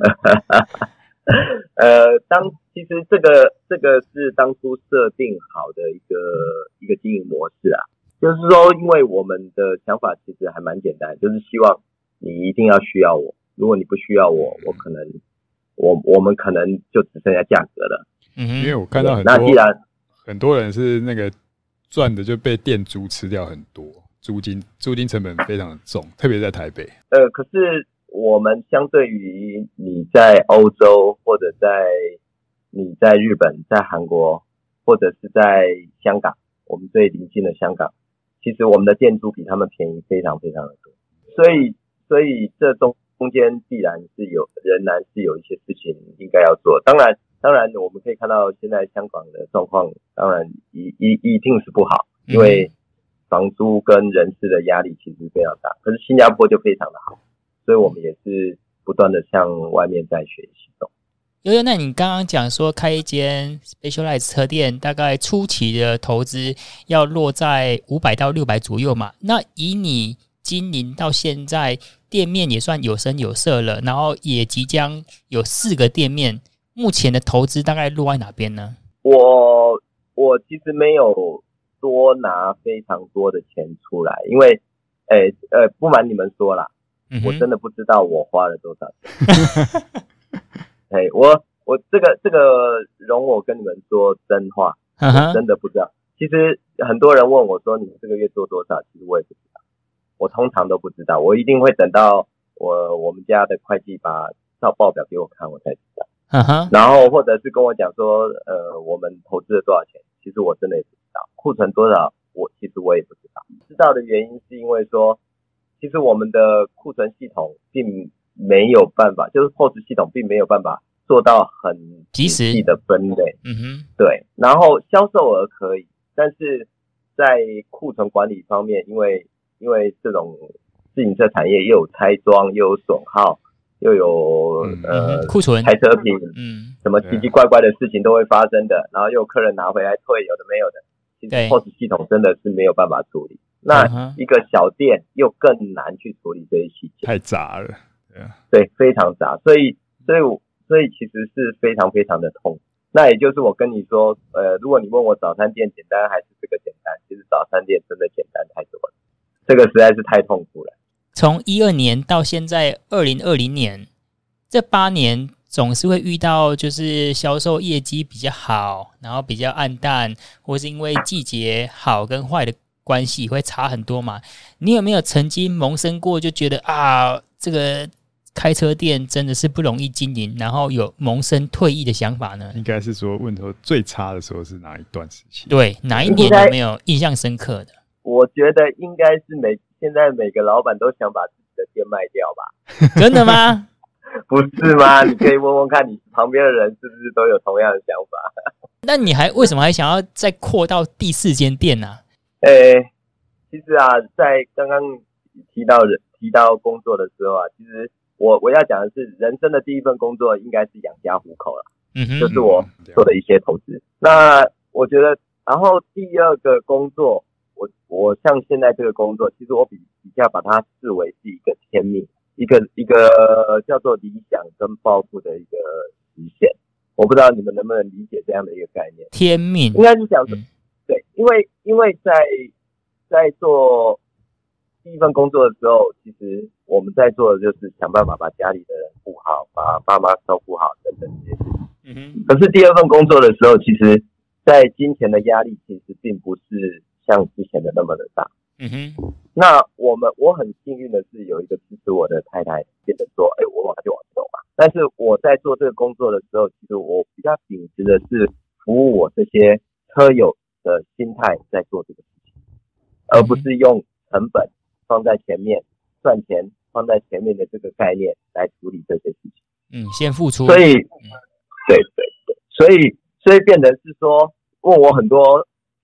其实这个是当初设定好的一个经营模式啊，就是说，因为我们的想法其实还蛮简单，就是希望你一定要需要我，如果你不需要我，我们可能就只剩下价格了。 因为我看到很多人是那个赚的就被店租吃掉很多。租金成本非常的重，特别在台北。 可是我们相对于你在欧洲，或者你在日本、在韩国，或者是在香港，我们最邻近的香港，其实我们的店租比他们便宜非常非常的多。所以这中间仍然是有一些事情应该要做。当然我们可以看到现在香港的状况，当然一定是不好，因为房租跟人事的压力其实非常大，可是新加坡就非常的好，所以我们也是不断的向外面在学习中。 悠悠，那你刚刚讲说开一间 Specialized 车店，大概初期的投资要落在500到600左右嘛？那以你经营到现在，店面也算有声有色了，然后也即将有4个店面，目前的投资大概落在哪边呢？ 我其实没有多拿非常多的钱出来，因为不瞒你们说啦，我真的不知道我花了多少钱。我这个容我跟你们说真话，我真的不知道。其实很多人问我说你这个月做多少，其实我也不知道，我通常都不知道，我一定会等到我们家的会计把照报表给我看，我才知道。然后或者是跟我讲说我们投资了多少钱，其实我真的也不知道，库存多少其实我也不知道。知道的原因是因为说，其实我们的库存系统并没有办法，就是 POS 系统并没有办法做到很仔细的分类。对。然后销售额可以，但是在库存管理方面，因为这种自行车产业又有拆装，又有损耗，又有库存拆车品，什么奇奇怪怪的事情都会发生的，然后又有客人拿回来退，有的没有的，其实 POS 系统真的是没有办法处理。那一个小店又更难去处理这些细节， 太杂了。 对，非常杂，所以其实是非常非常的痛。那也就是我跟你说，如果你问我早餐店简单还是这个简单，其实早餐店真的简单太多了，这个实在是太痛苦了。 从12年到现在2020年，这8年总是会遇到就是销售业绩比较好，然后比较暗淡，或是因为季节好跟坏的关系会差很多嘛？你有没有曾经萌生过就觉得这个开车店真的是不容易经营，然后有萌生退役的想法呢？ 应该是说问说最差的时候是哪一段时期？ 对，哪一年有没有印象深刻的？ 我觉得应该是现在每个老板都想把自己的店卖掉吧？ 真的吗？ 不是吗？你可以问问看你旁边的人是不是都有同样的想法。 那你为什么还想要再扩到第4间店呢？ 其实在刚刚提到工作的时候其实我要讲的是，人生的第一份工作应该是养家糊口了，就是我做的一些投资。那我觉得，然后第二个工作，我像现在这个工作，其实我比较把它视为是一个天命，一个叫做理想跟抱负的一个实现。我不知道你们能不能理解这样的一个概念。 天命应该是讲说，对，因为在做第一份工作的时候，其实我们在做的就是想办法把家里的人顾好，把爸妈照顾好等等这些事情。可是第二份工作的时候，其实在金钱的压力其实并不是像之前的那么的大。那我很幸运的是有一个支持我的太太，变得说，我往就往走吧。但是我在做这个工作的时候，其实我比较秉持的是服务我这些车友的心态在做这个事情，而不是用成本放在前面，赚钱放在前面的这个概念来处理这些事情。 先付出。 所以，对，所以变成是说，问我很多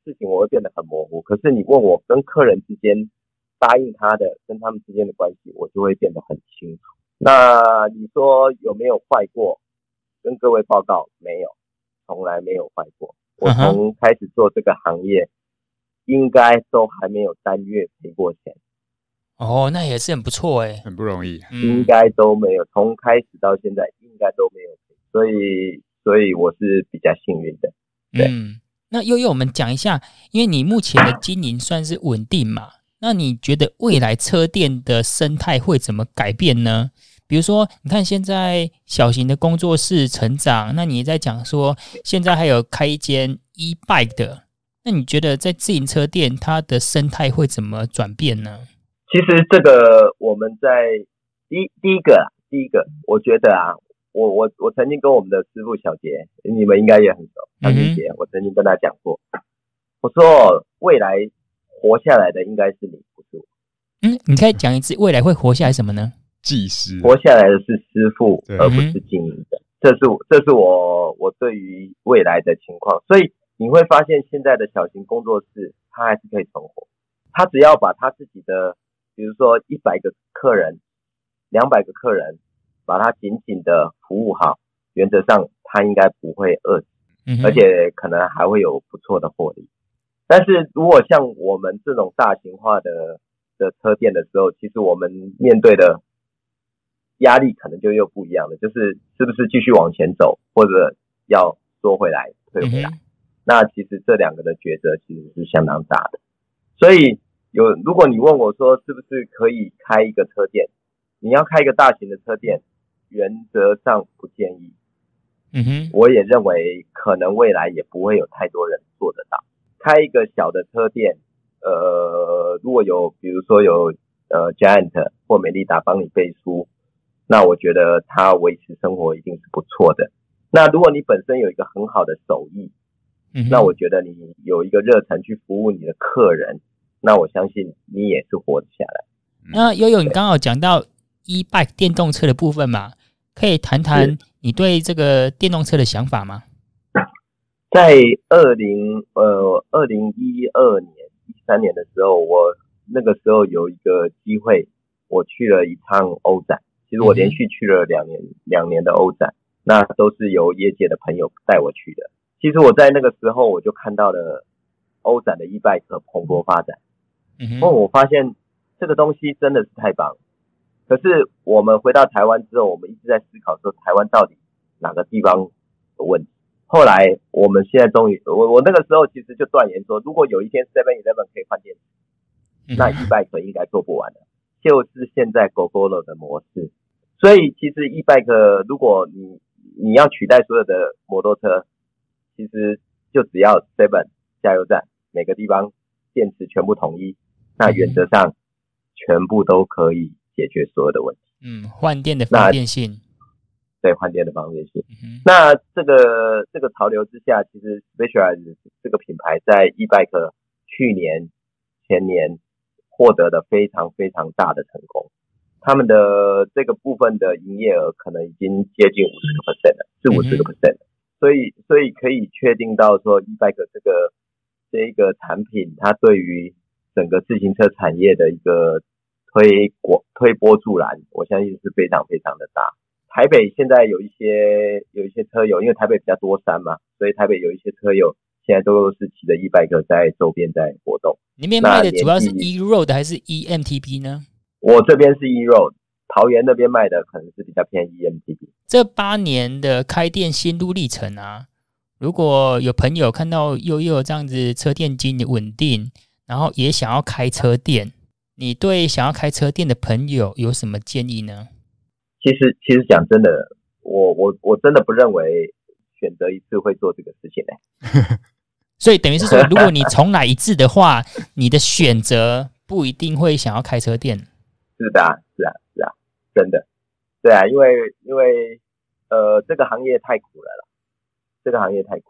事情我会变得很模糊，可是你问我跟客人之间答应他的跟他们之间的关系，我就会变得很清楚。那你说有没有坏过？跟各位报告，没有，从来没有坏过。我从开始做这个行业，应该都还没有单月赔过钱。 哦，那也是很不错哎， 很不容易。 应该都没有，从开始到现在应该都没有赔，所以我是比较幸运的。对， 那悠悠，我们讲一下，因为你目前的经营算是稳定嘛，那你觉得未来车店的生态会怎么改变呢？比如说，你看现在小型的工作室成长，那你也在讲说，现在还有开一间 e-bike 的，那你觉得在自行车店它的生态会怎么转变呢？ 其实这个我们在第一个，我觉得啊，我曾经跟我们的师傅小杰，你们应该也很熟，小杰，我曾经跟他讲过，我说未来活下来的应该是你，不是我。 你可以讲一次，未来会活下来什么呢？ 技师活下来的是师傅，而不是经营的。这是我对于未来的情况。所以你会发现，现在的小型工作室，它还是可以存活。他只要把他自己的，比如说100个客人、200个客人，把他紧紧的服务好，原则上他应该不会饿死，而且可能还会有不错的获利。但是如果像我们这种大型化的车店的时候，其实我们面对的压力可能就又不一样了，就是是不是继续往前走，或者要缩回来、退回来。那其实这两个的抉择其实是相当大的。所以如果你问我说是不是可以开一个车店，你要开一个大型的车店，原则上不建议。我也认为可能未来也不会有太多人做得到。开一个小的车店，如果比如说有Giant 或美利达帮你背书，那我觉得他维持生活一定是不错的。那如果你本身有一个很好的手艺，那我觉得你有一个热忱去服务你的客人，那我相信你也是活得下来。 那悠悠，你刚好讲到 e-bike 电动车的部分嘛，可以谈谈你对这个电动车的想法吗？ 在2012年、13年的时候，我那个时候有一个机会，我去了一趟欧展。其实我连续去了两年的欧展，那都是由业界的朋友带我去的。其实我在那个时候我就看到了欧展的 e-bike 蓬勃发展，我发现这个东西真的是太棒了。可是我们回到台湾之后，我们一直在思考说台湾到底哪个地方有问题。后来我们现在终于，我那个时候其实就断言说，如果有一天 7-Eleven 可以换电池，那 e-bike 应该做不完的，就是现在 Gogoro 的模式。所以其实 e-bike 如果你要取代所有的摩托车，其实就只要 7 加油站每个地方电池全部统一，那原则上全部都可以解决所有的问题。 换电的方便性。 对，换电的方便性。那这个潮流之下，其实 Specialized 这个品牌在 e-bike 去年、前年获得了非常非常大的成功。他们的这个部分的营业额可能已经接近 50% 了，40-50%。所以可以确定到说 e-bike 这个产品，它对于整个自行车产业的一个推波助澜，我相信是非常非常的大。台北现在有一些车友，因为台北比较多山嘛，所以台北有一些车友现在都是骑着 e-bike 在周边在活动。 你们卖的主要是 e-road 还是 e-MTB 呢？ 我这边是 e-road， 桃园那边卖的可能是比较偏 e-MTB。 这8年的开店心路历程啊，如果有朋友看到悠悠这样子车店经营稳定，然后也想要开车店，你对想要开车店的朋友有什么建议呢？ 其实讲真的，我真的不认为选择一次会做这个事情所以等于是说，如果你重来一次的话，你的选择不一定会想要开车店。 是的，真的，对啊，因为这个行业太苦了啦，这个行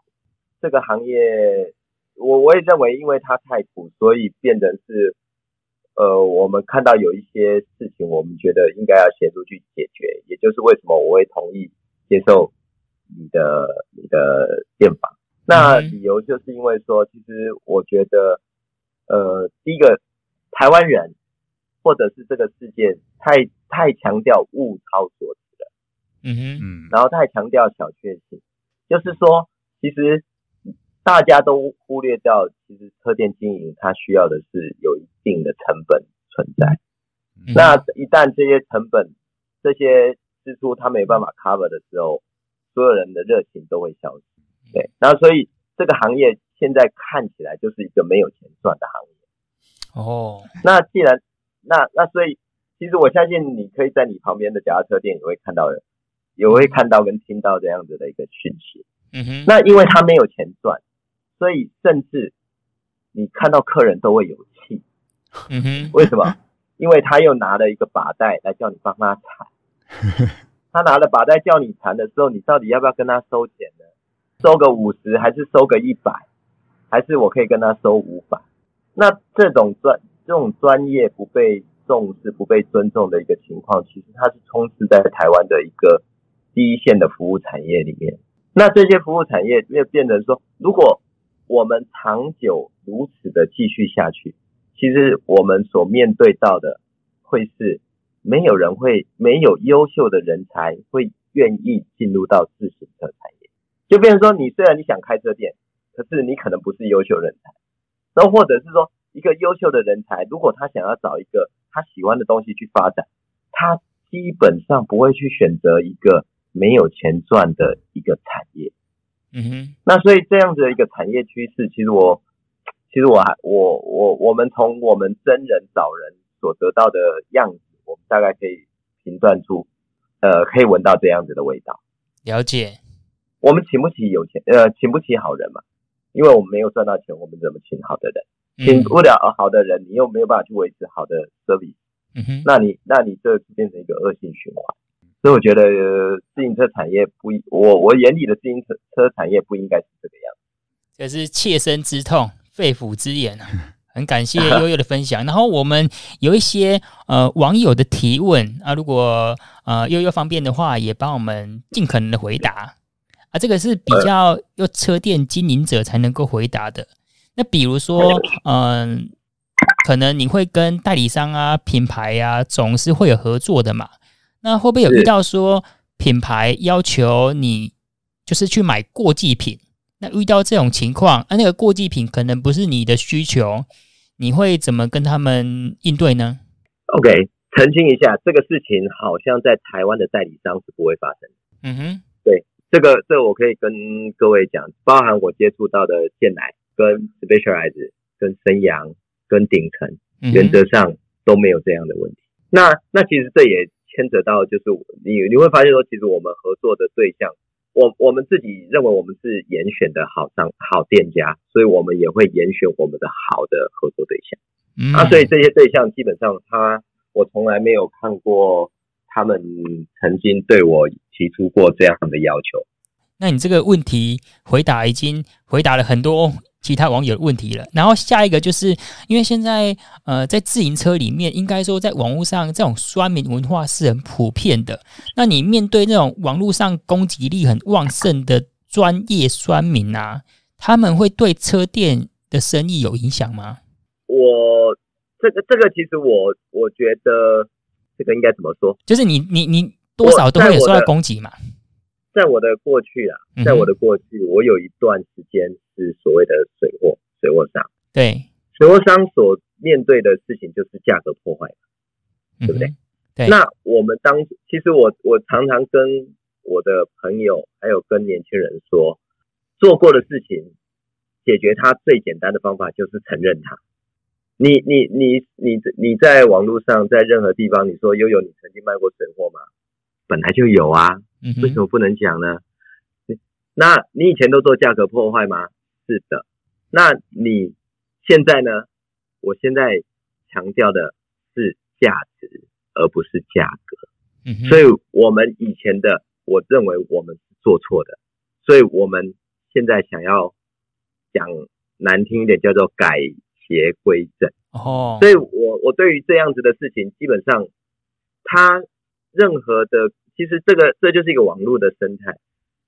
业我也认为，因为它太苦，所以变成是我们看到有一些事情，我们觉得应该要协助去解决，也就是为什么我会同意接受你的电访。 那理由就是因为说，其实我觉得，第一个，台湾人或者是这个世界太强调物超所值了，然后太强调小确幸，就是说，其实大家都忽略掉，其实车店经营它需要的是有一定的成本存在。那一旦这些成本、这些支出它没办法 cover 的时候，所有人的热情都会消失。对，然后所以这个行业现在看起来就是一个没有钱赚的行业。 哦， 那既然那所以，其实我相信你可以在你旁边的脚踏车店也会看到跟听到这样子的一个讯息。那因为他没有钱赚，所以甚至你看到客人都会有气。为什么？因为他又拿了一个把带来叫你帮他缠，他拿了把带叫你缠的时候，你到底要不要跟他收钱呢？收个50，还是收个100，还是我可以跟他收500？那这种专业不被重视、不被尊重的一个情况，其实它是充斥在台湾的一个第一线的服务产业里面。那这些服务产业就变成说，如果我们长久如此的继续下去，其实我们所面对到的会是没有优秀的人才会愿意进入到自行车产业，就变成说你虽然你想开车店，可是你可能不是优秀人才，然后或者是说一个优秀的人才，如果他想要找一个他喜欢的东西去发展，他基本上不会去选择一个没有钱赚的一个产业。那所以这样子的一个产业趋势，其实我们从我们真人找人所得到的样子，我们大概可以评断出，可以闻到这样子的味道。 了解。 我们请不起好人嘛，因为我们没有赚到钱，我们怎么请好的人？请不了好的人，你又没有办法去维持好的 service，那你这变成一个恶性循环。所以我觉得自行车产业我眼里的自行车产业不应该是这个样子。 这是切身之痛、肺腑之言啊！很感谢悠悠的分享。然后我们有一些网友的提问啊，如果悠悠方便的话，也帮我们尽可能的回答啊。这个是比较由车店经营者才能够回答的。那比如说，可能你会跟代理商啊、品牌啊，总是会有合作的嘛。那会不会有遇到说品牌要求你就是去买过季品？那遇到这种情况，那个过季品可能不是你的需求，你会怎么跟他们应对呢 ？OK， 澄清一下，这个事情好像在台湾的代理商是不会发生的。对，这个我可以跟各位讲，包含我接触到的健乃、跟 Specialized、跟森阳、跟鼎成，原则上都没有这样的问题。那其实这也牵扯到，就是你会发现说，其实我们合作的对象，我们自己认为我们是严选的好店家，所以我们也会严选我们的好的合作对象。所以这些对象基本上我从来没有看过他们曾经对我提出过这样的要求。 那你这个问题已经回答了很多其他网友的问题了。然后下一个就是因为现在在自行车里面，应该说在网络上这种酸民文化是很普遍的。那你面对那种网络上攻击力很旺盛的专业酸民啊，他们会对车店的生意有影响吗？ 这个其实我觉得这个应该怎么说？ 就是你多少都会有受到攻击嘛。 在我的过去我有一段时间是所谓的水货商。对，水货商所面对的事情就是价格破坏，对不对？对。那其实我常常跟我的朋友还有跟年轻人说，做过的事情解决它最简单的方法就是承认它。你在网络上，在任何地方，你说悠悠你曾经卖过水货吗？本来就有啊，为什么不能讲呢？那你以前都做价格破坏吗？是的。那你现在呢？我现在强调的是价值，而不是价格。所以我们以前的，我认为我们是做错的，所以我们现在想要讲难听一点，叫做改邪归正。所以我对于这样子的事情，基本上它任何的，其实这就是一个网络的生态。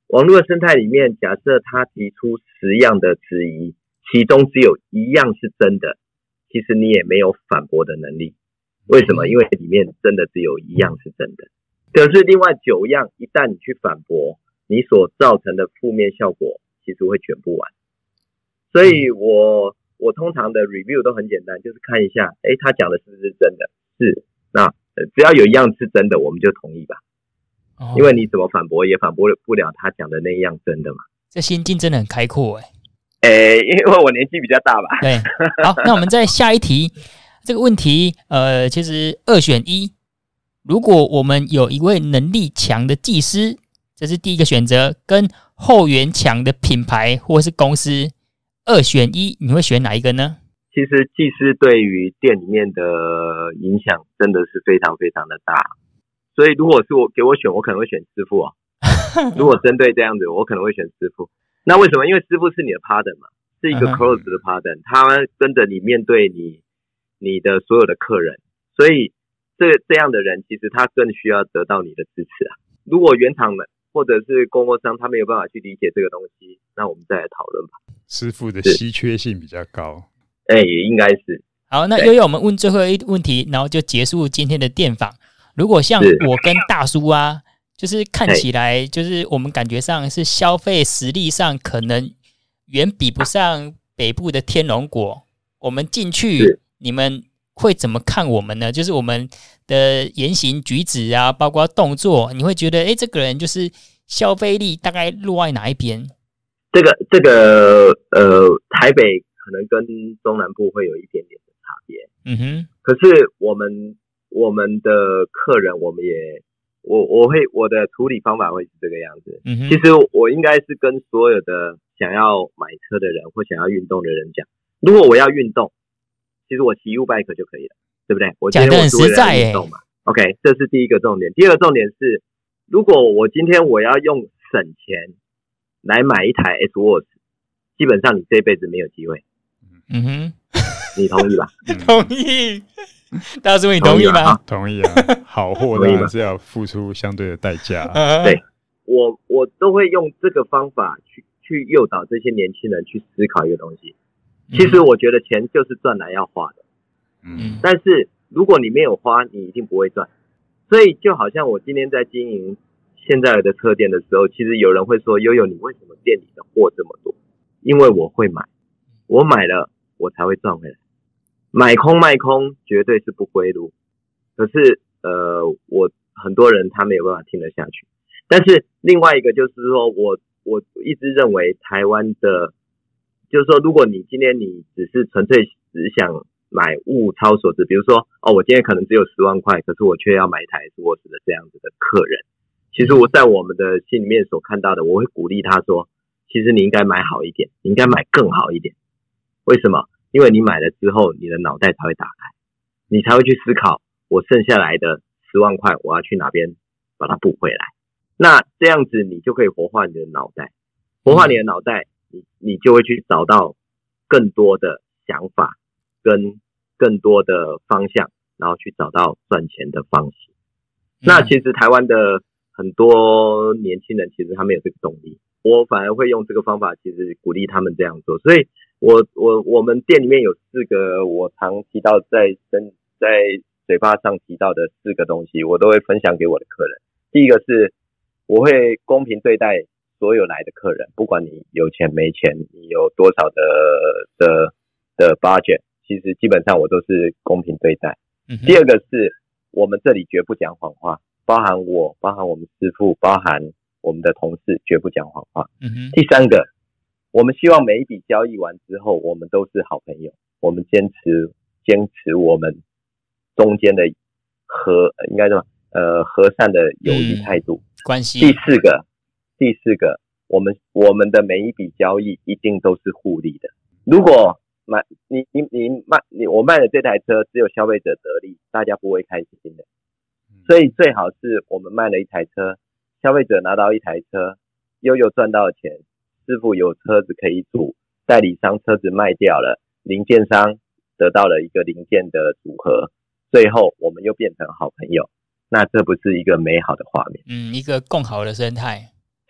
网络生态里面，假设他提出10样的质疑，其中只有1样是真的，其实你也没有反驳的能力。为什么？因为里面真的只有1样是真的。可是另外9样，一旦你去反驳，你所造成的负面效果其实会卷不完。所以我通常的 review 都很简单，就是看一下，他讲的是不是真的？是。那只要有1样是真的，我们就同意吧。因为你怎么反驳也反驳不了他讲的那一样真的嘛。 这心境真的很开阔因为我年纪比较大吧。 对，好，那我们再下一题。这个问题其实2选1。如果我们有一位能力强的技师，这是第一个选择，跟后援强的品牌或是公司，2选1，你会选哪一个呢？ 其实技师对于店里面的影响真的是非常非常的大。所以如果是给我选，我可能会选师傅哦。如果针对这样子，我可能会选师傅。那为什么？因为师傅是你的 partner 嘛，是一个 close 的 partner， 他跟着你面对你的所有的客人，所以这样的人其实他更需要得到你的支持啊。如果原厂们或者是供货商他没有办法去理解这个东西，那我们再来讨论吧。 师傅的稀缺性比较高。 也应该是。 好，那悠悠我们问最后一个问题，然后就结束今天的电访。如果像我跟大叔啊，就是看起来就是我们感觉上是消费实力上可能远比不上北部的天龙果，我们进去你们会怎么看我们呢？就是我们的言行举止啊，包括动作，你会觉得这个人就是消费力大概落在哪一边？ 这个台北可能跟中南部会有一点点的差别。可是我们的客人，我的处理方法会是这个样子。其实我应该是跟所有的想要买车的人或想要运动的人讲，如果我要运动，其实我骑 U-Bike 就可以了，对不对？我今天我是为了运动嘛。OK， 这是第一个重点。第二个重点是，如果我今天我要用省钱来买一台 S-Works， 基本上你这辈子没有机会。你同意吧？ 同意。大叔，你同意吗？ 同意啊。好货当然是要付出相对的代价。 对，我都会用这个方法去诱导这些年轻人去思考一个东西。其实我觉得钱就是赚来要花的。但是如果你没有花，你一定不会赚。所以就好像我今天在经营现在的车店的时候，其实有人会说，悠悠你为什么店里的货这么多？因为我会买，我买了我才会赚回来。买空卖空绝对是不归路。可是我很多人他没有办法听得下去。但是另外一个就是说，我一直认为台湾的，就是说如果你今天你只是纯粹只想买物超所值，比如说我今天可能只有10万块，可是我却要买一台 S-Works 的这样子的客人，其实我在我们的心里面所看到的，我会鼓励他说，其实你应该买好一点，你应该买更好一点。为什么？因为你买了之后，你的脑袋才会打开，你才会去思考，我剩下来的10万块，我要去哪边把它补回来。那这样子你就可以活化你的脑袋，活化你的脑袋，你就会去找到更多的想法跟更多的方向，然后去找到赚钱的方式。那其实台湾的很多年轻人其实他没有这个动力，我反而会用这个方法，其实鼓励他们这样做。所以我们店里面有4个我常提到在嘴巴上提到的4个东西，我都会分享给我的客人。第一个是我会公平对待所有来的客人，不管你有钱没钱，你有多少的 budget， 其实基本上我都是公平对待。第二个是我们这里绝不讲谎话，包含我们师傅，包含我们的同事，绝不讲谎话。第三个，我们希望每一笔交易完之后，我们都是好朋友，我们坚持我们中间的应该说和善的友谊态度关系。 第四个，我们的每一笔交易一定都是互利的。如果我卖的这台车只有消费者得利，大家不会开心的。所以最好是我们卖了一台车，消费者拿到一台车，悠悠赚到钱，师傅有车子可以组，代理商车子卖掉了，零件商得到了一个零件的组合，最后我们又变成好朋友。那这不是一个美好的画面？ 一个更好的生态。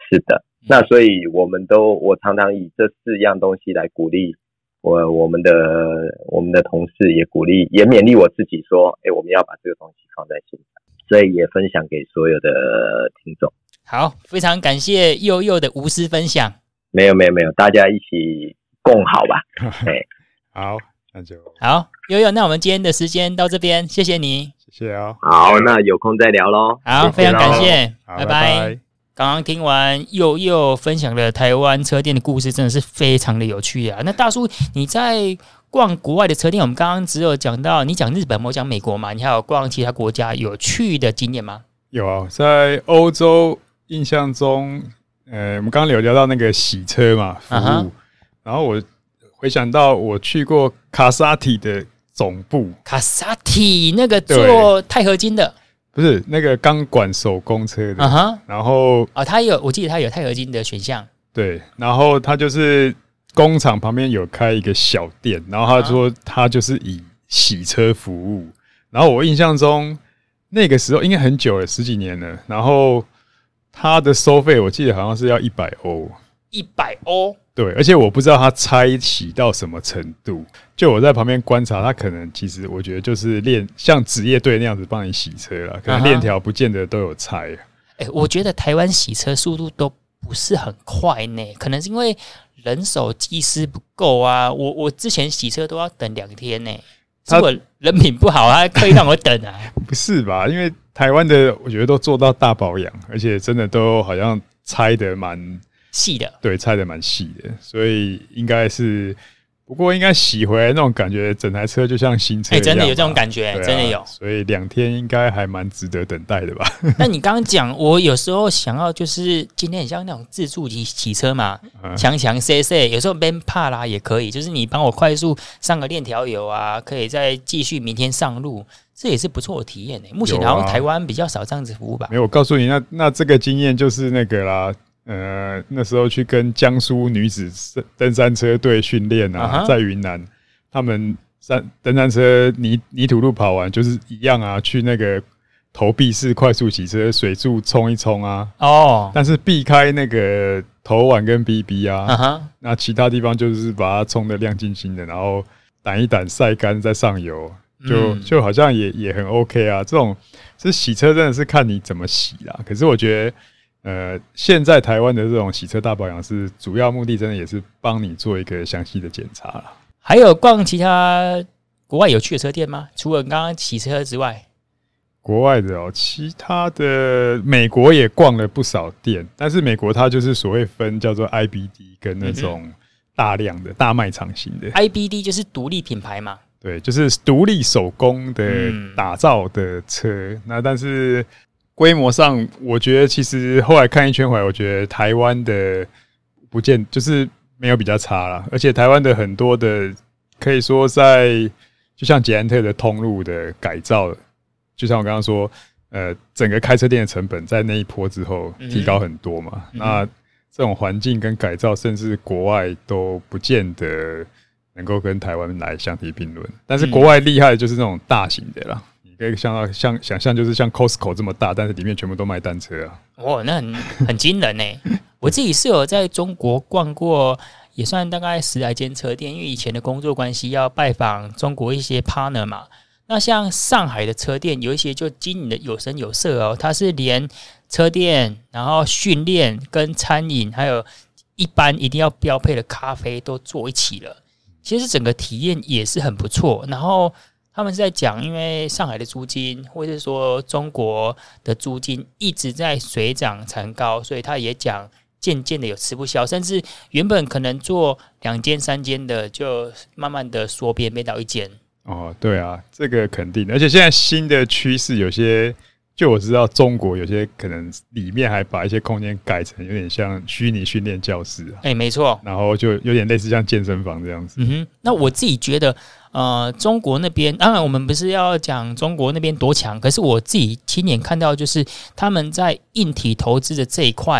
是的，那所以我常常以这4样东西来鼓励我们的同事，也勉励我自己说，我们要把这个东西放在心上，所以也分享给所有的听众。 好，非常感谢佑佑的无私分享。 没有，大家一起共好吧。 好，那就好，佑佑，那我们今天的时间到这边，谢谢你。 谢谢哦。 好，那有空再聊咯。 好，非常感谢， 拜拜。刚刚听完佑佑分享了台湾车店的故事，真的是非常的有趣啊。那大叔，你在逛国外的车店，我们刚刚只有讲到你讲日本，我讲美国嘛，你还有逛其他国家有趣的经验吗？ 有啊，在欧洲印象中，我们刚刚有聊到那个洗车嘛服务，然后我回想到我去过卡萨提的总部， 卡萨提那个做钛合金的。 不是那个钢管手工车的，然后我记得它有钛合金的选项， 对，然后它就是工厂旁边有开一个小店，然后他说他就是以洗车服务，然后我印象中那个时候应该很久了，10几年了，然后他的收费我记得好像是要100欧 ，100欧， 对，而且我不知道他拆洗到什么程度，就我在旁边观察，他可能其实我觉得就是像职业队那样子帮你洗车啦，可能链条不见得都有拆。 我觉得台湾洗车速度都不是很快呢，可能是因为人手技师不够啊。我之前洗车都要等2天呢，是我人品不好，他刻意让我等啊？ 不是吧？因为台湾的我觉得都做到大保养，而且真的都好像拆得蛮细的， 对，拆得蛮细的，所以应该是，不过应该洗回来那种感觉，整台车就像新车一样， 真的有这种感觉，真的有， 所以2天应该还蛮值得等待的吧？ 那你刚刚讲，我有时候想要就是今天很像那种自助洗车嘛，强塞，有时候边怕啦也可以，就是你帮我快速上个链条油啊，可以再继续明天上路。这也是不错的体验目前好像台湾比较少这样子服务吧？ 没有，我告诉你，那这个经验就是那个啦。那时候去跟江苏女子登山车队训练啊，在云南，他们登山车泥土路跑完就是一样啊，去那个投币式快速洗车，水柱冲一冲啊，但是避开那个头碗跟 BB 啊，那其他地方就是把它冲得亮晶晶的，然后掸一掸晒干再上油，就好像也很 OK 啊。这洗车真的是看你怎么洗啦，可是我觉得。现在台湾的这种洗车大保养是主要目的，真的也是帮你做一个详细的检查啦。 还有逛其他国外有趣的车店吗？除了刚刚洗车之外， 国外的其他的美国也逛了不少店，但是美国它就是所谓分叫做 IBD 跟那种大量的大卖场型的。 IBD 就是独立品牌嘛？ 对，就是独立手工的打造的车。那但是。规模上，我觉得其实后来看一圈回来，我觉得台湾的不见就是没有比较差啦，而且台湾的很多的可以说就像捷安特的通路的改造，就像我刚刚说，整个开车店的成本在那一波之后提高很多嘛。那这种环境跟改造，甚至国外都不见得能够跟台湾来相提并论。但是国外厉害的就是那种大型的啦。可以想象，就是像 Costco 这么大，但是里面全部都卖单车啊！ 那很惊人我自己是有在中国逛过，也算大概10来间车店，因为以前的工作关系要拜访中国一些 partner 嘛。那像上海的车店，有一些就经营的有声有色哦，它是连车店，然后训练跟餐饮，还有一般一定要标配的咖啡都做一起了。其实整个体验也是很不错，然后。他们是在讲，因为上海的租金，或者是说中国的租金一直在水涨船高，所以他也讲渐渐的有吃不消，甚至原本可能做2间3间的，就慢慢的缩编变到1间。 对啊，这个肯定的。而且现在新的趋势，有些就我知道中国有些可能里面还把一些空间改成有点像虚拟训练教室没错， 然后就有点类似像健身房这样子。 那我自己觉得。中国那边当然我们不是要讲中国那边多强，可是我自己亲眼看到，就是他们在硬体投资的这一块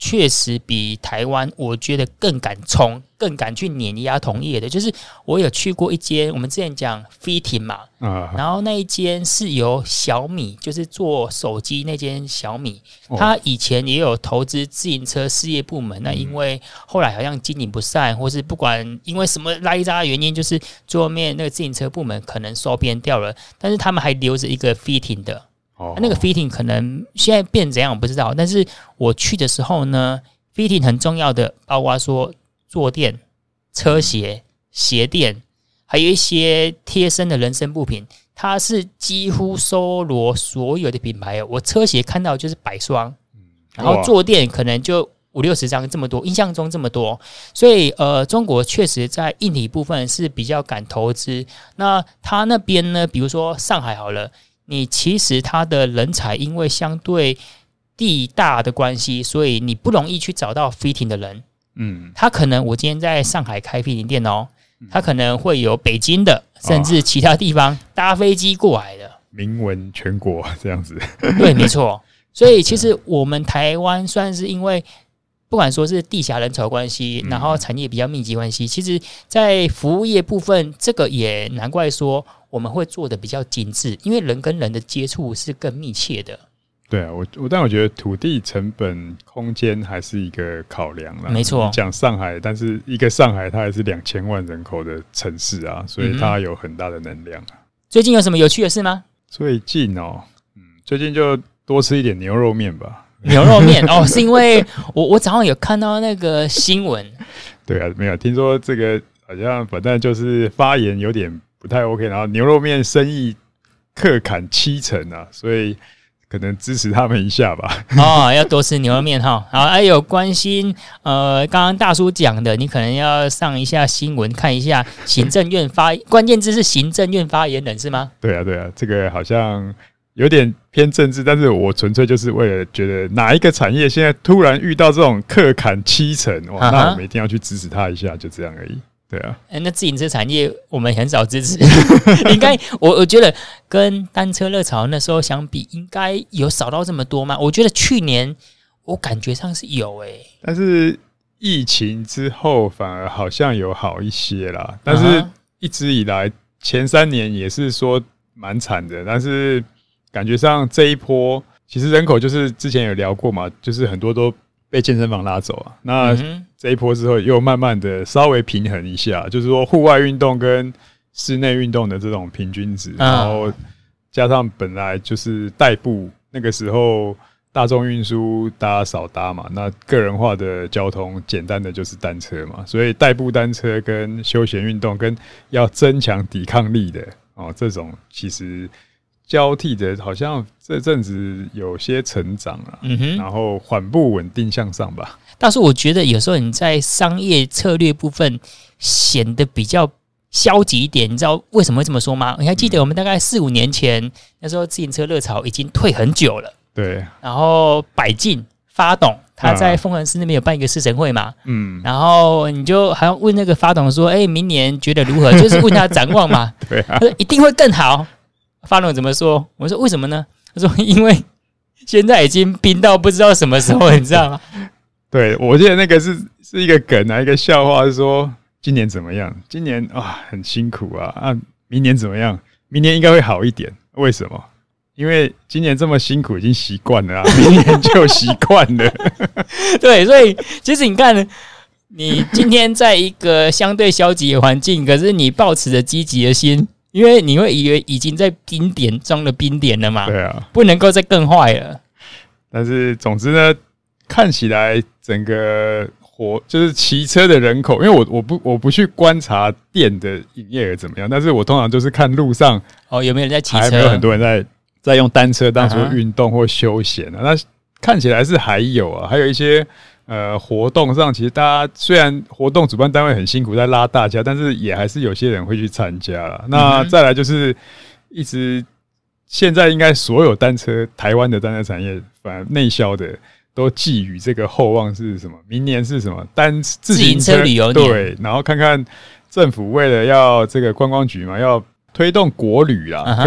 确实比台湾我觉得更敢冲，更敢去碾压同业的。就是我有去过一间，我们之前讲 Fitting 嘛，然后那一间是由小米，就是做手机那间小米，他以前也有投资自行车事业部门，那因为后来好像经营不善，或是不管因为什么拉一扎的原因，就是最后面那个自行车部门可能收编掉了，但是他们还留着一个 Fitting 的。那个 fitting 可能现在变怎样我不知道，但是我去的时候呢 ，fitting 很重要的，包括说坐垫、车鞋、鞋垫，还有一些贴身的人身部品，它是几乎收罗所有的品牌。我车鞋看到就是100双，然后坐垫可能就50-60张这么多，印象中这么多，所以中国确实在硬体部分是比较敢投资。那他那边呢，比如说上海好了。你其实他的人才因为相对地大的关系，所以你不容易去找到 fitting 的人。他可能我今天在上海开 fitting 店哦，他可能会有北京的，甚至其他地方搭飞机过来的， 名闻全国这样子。 对，没错。所以其实我们台湾算是因为不管说是地狭人稠关系，然后产业比较密集关系，其实在服务业部分，这个也难怪说我们会做的比较精致，因为人跟人的接触是更密切的。 对啊，但我觉得土地成本空间还是一个考量啦。 没错， 讲上海，但是一个上海它还是2000万人口的城市啊，所以它有很大的能量啊。 最近有什么有趣的事吗？ 最近最近就多吃一点牛肉面吧。 牛肉面哦，是因为我早上有看到那个新闻。 对啊，没有听说这个好像反正就是发言有点不太 OK， 然后牛肉面生意客砍70%啊，所以可能支持他们一下吧。 要多吃牛肉面哈。好，有关心刚刚大叔讲的，你可能要上一下新闻看一下行政院关键字是行政院发言人是吗？ 对啊，这个好像有点偏政治，但是我纯粹就是为了觉得哪一个产业现在突然遇到这种客砍70%，哇，那我们一定要去支持他一下，就这样而已。对啊， 那自行车产业我们很少支持，应该我觉得跟单车热潮那时候相比，应该有少到这么多吗？我觉得去年我感觉上是有但是疫情之后反而好像有好一些啦，但是一直以来前3年也是说蛮惨的，但是感觉上这一波其实人口就是之前有聊过嘛，就是很多都被健身房拉走啊。那这一波之后又慢慢的稍微平衡一下，就是说户外运动跟室内运动的这种平均值，然后加上本来就是代步那个时候大众运输大家少搭嘛，那个人化的交通简单的就是单车嘛，所以代步单车跟休闲运动跟要增强抵抗力的这种其实交替的，好像这阵子有些成长啊，然后缓步稳定向上吧。 但是我觉得有时候你在商业策略部分显得比较消极一点，你知道为什么会这么说吗？你还记得我们大概4-5年前那时候自行车热潮已经退很久了， 对， 然后百劲发董他在凤凰寺那边有办一个试乘会嘛，然后你就好像问那个发董说，明年觉得如何？就是问他展望嘛， 对啊， 他说一定会更好。发董怎么说？我说为什么呢？他说因为现在已经冰到不知道什么时候，你知道吗？ 对，我记得那个是一个梗啊，一个笑话，是说今年怎么样？今年很辛苦啊，明年怎么样？明年应该会好一点。为什么？因为今年这么辛苦已经习惯了明年就习惯了。 对，所以其实你看，你今天在一个相对消极的环境，可是你抱持着积极的心，因为你会以为已经在冰点装了冰点了嘛， 对啊， 不能够再更坏了。 但是总之呢，看起来整个就是骑车的人口，因为我不去观察店的营业额怎么样，但是我通常就是看路上有没有人在骑车， 还没有很多人在用单车当作运动或休闲啊。那看起来是还有啊，还有一些活动上，其实大家虽然活动主办单位很辛苦在拉大家，但是也还是有些人会去参加啦。那再来就是一直现在应该所有台湾的单车产业，反正内销的都寄予这个厚望是什么？明年是什么？自行车旅游年， 对，然后看看政府为了要这个观光局嘛，要推动国旅啦，可以说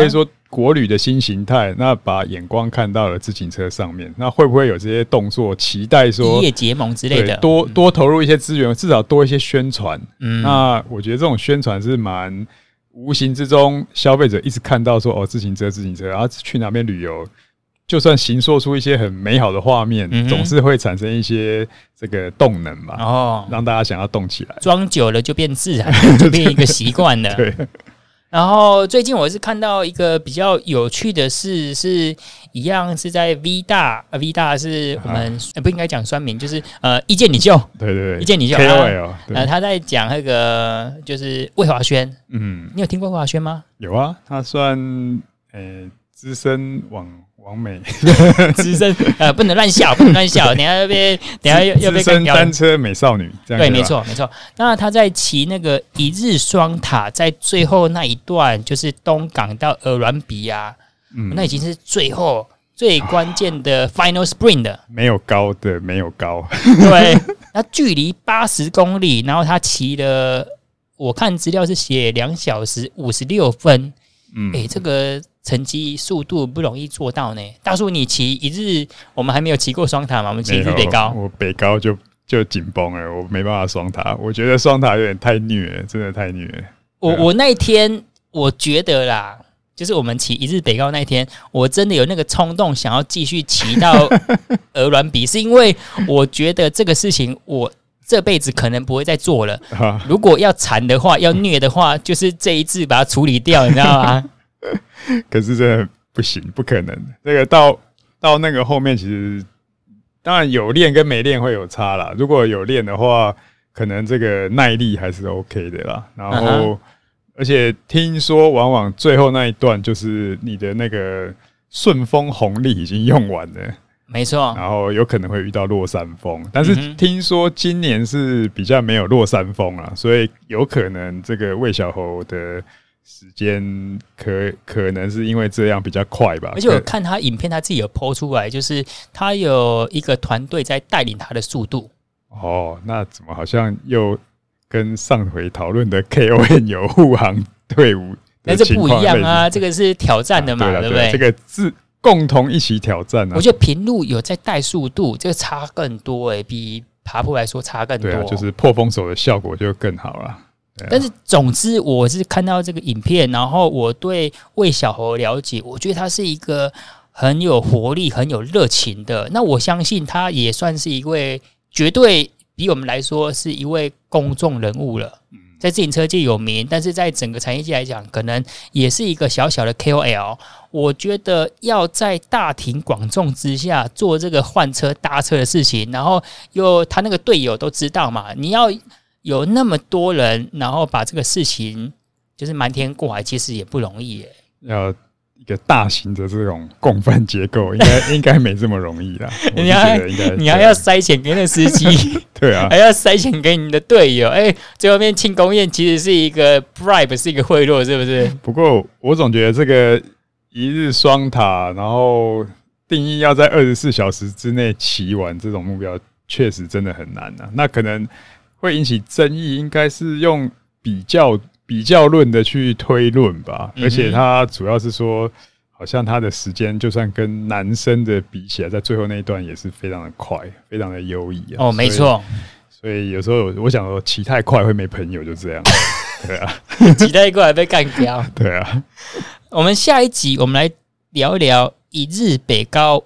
国旅的新形态，那把眼光看到了自行车上面，那会不会有这些动作？期待说异业结盟之类的， 多投入一些资源，至少多一些宣传。那我觉得这种宣传是蛮无形之中，消费者一直看到说哦，自行车，然后去哪边旅游，就算形塑出一些很美好的画面，总是会产生一些这个动能嘛，让大家想要动起来。 装久了就变自然，就变一个习惯了。 对。 然后最近我是看到一个比较有趣的事，是一样是在 V 大是我们不应该讲酸民，就是意见领袖， 对， 意见领袖 KOL， 他在讲那个就是魏华萱，你有听过魏华萱吗？ 有啊，他算资深网美， 资深不能乱笑，等一下要被资深单车美少女，这样对， 没错。那他在骑那个一日双塔，在最后那一段，就是东港到鹅銮鼻啊，那已经是最后最关键的 final sprint 的， 没有高，对， 那距离80公里，然后他骑了，我看资料是写2小时56分，这个成绩速度不容易做到呢。大叔，你骑一日，我们还没有骑过双塔嘛？我们骑一日北高， 我北高就紧绷了，我没办法双塔。我觉得双塔有点太虐了，真的太虐了。 我那一天我觉得啦，就是我们骑一日北高那一天，我真的有那个冲动想要继续骑到鹅銮鼻，是因为我觉得这个事情我这辈子可能不会再做了。如果要惨的话，要虐的话，就是这一次把它处理掉，你知道吗？ 可是真的不行，不可能。这个到那个后面，其实当然有练跟没练会有差啦。如果有练的话，可能这个耐力还是 OK 的啦。然后，而且听说往往最后那一段，就是你的那个顺风红利已经用完了。 没错， 然后有可能会遇到落山风，但是听说今年是比较没有落山风啦，所以有可能这个魏小侯的时间可能是因为这样比较快吧。 而且我看他影片，他自己有 po 出来，就是他有一个团队在带领他的速度。 那怎么好像又跟上回讨论的 KON 有护航队伍的情况？ 那这不一样啊，这个是挑战的嘛，对不对？ 这个共同一起挑战啊！ 我觉得平路有在带速度，这个差更多比爬坡来说差更多。 对啊，就是破风手的效果就更好了。 但是总之，我是看到这个影片，然后我对魏小侯了解，我觉得他是一个很有活力、很有热情的。那我相信他也算是一位绝对比我们来说是一位公众人物了。在自行车界有名，但是在整个产业界来讲，可能也是一个小小的 KOL。我觉得要在大庭广众之下做这个换车搭车的事情，然后他那个队友都知道嘛，你要有那么多人，然后把这个事情就是瞒天过海，其实也不容易耶。 要一个大型的这种共犯结构，应该没这么容易啦。 你还要塞钱给那司机， 对啊， 还要塞钱给你的队友。最后面庆功宴其实是一个 bribe， 是一个贿赂，是不是？ 不过我总觉得这个一日双塔，然后定义要在24小时之内骑完这种目标，确实真的很难啊。那可能会引起争议，应该是用比较论的去推论吧，而且他主要是说，好像他的时间就算跟男生的比起来，在最后那一段也是非常的快，非常的优异啊。 没错。 所以有时候我想说，骑太快会没朋友，就这样。对啊， 骑太快被干掉。 对啊。 我们下一集我们来聊一聊一日北高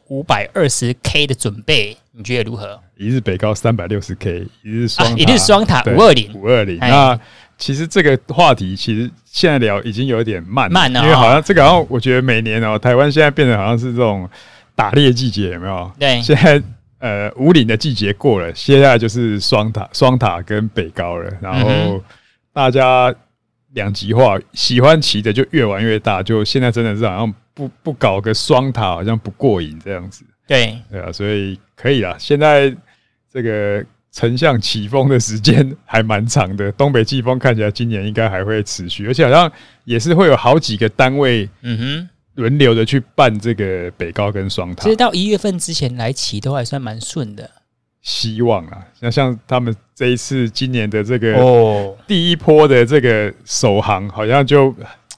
520K 的准备，你觉得如何？ 一日北高360K， 一日双塔520。 那其实这个话题其实现在聊已经有点慢了， 哦， 因为好像这个，好像我觉得每年台湾现在变成好像是这种打猎季节，有没有？ 对， 现在武岭的季节过了，接下来就是双塔跟北高了，然后大家两极化，喜欢骑的就越玩越大，就现在真的是好像不搞个双塔好像不过瘾这样子。 对啊，所以可以啦，现在这个丞相起风的时间还蛮长的，东北季风看起来今年应该还会持续，而且好像也是会有好几个单位轮流的去办这个北高跟双塔。 其实到1月份之前来骑都还算蛮顺的， 希望啊，像他们这一次今年的这个第一波的这个首航，好像就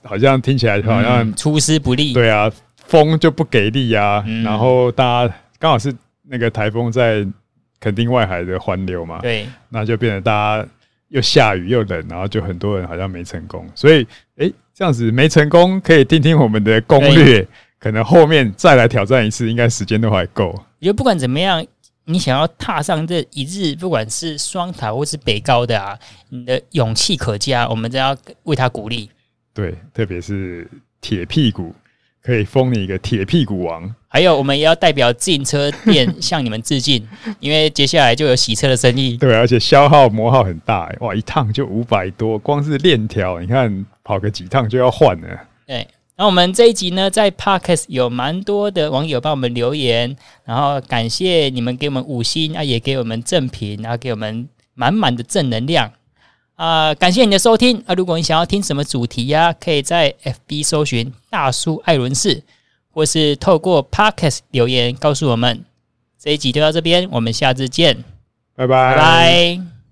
好像听起来好像出师不利。 对啊，风就不给力啊，然后大家刚好是那个台风在垦丁外海的环流嘛， 对， 那就变得大家又下雨又冷，然后就很多人好像没成功，所以这样子没成功，可以听听我们的攻略，可能后面再来挑战一次，应该时间都还够。 我觉得不管怎么样，你想要踏上这一日，不管是双塔或是北高的啊，你的勇气可嘉，我们都要为他鼓励。 对，特别是铁屁股，可以封你一个铁屁股王。 还有，我们也要代表自行车店向你们致敬，因为接下来就有洗车的生意。 对，而且消耗磨耗很大，哇，一趟就500多，光是链条，你看跑个几趟就要换了。 对。那我们这一集呢，在 Podcast 有蛮多的网友帮我们留言，然后感谢你们给我们5星啊，也给我们正评，然后给我们满满的正能量感谢你的收听啊！如果你想要听什么主题呀，可以在 FB 搜寻大叔艾伦士，或是透过 Podcast 留言告诉我们。这一集就到这边，我们下次见， 拜拜。 拜拜。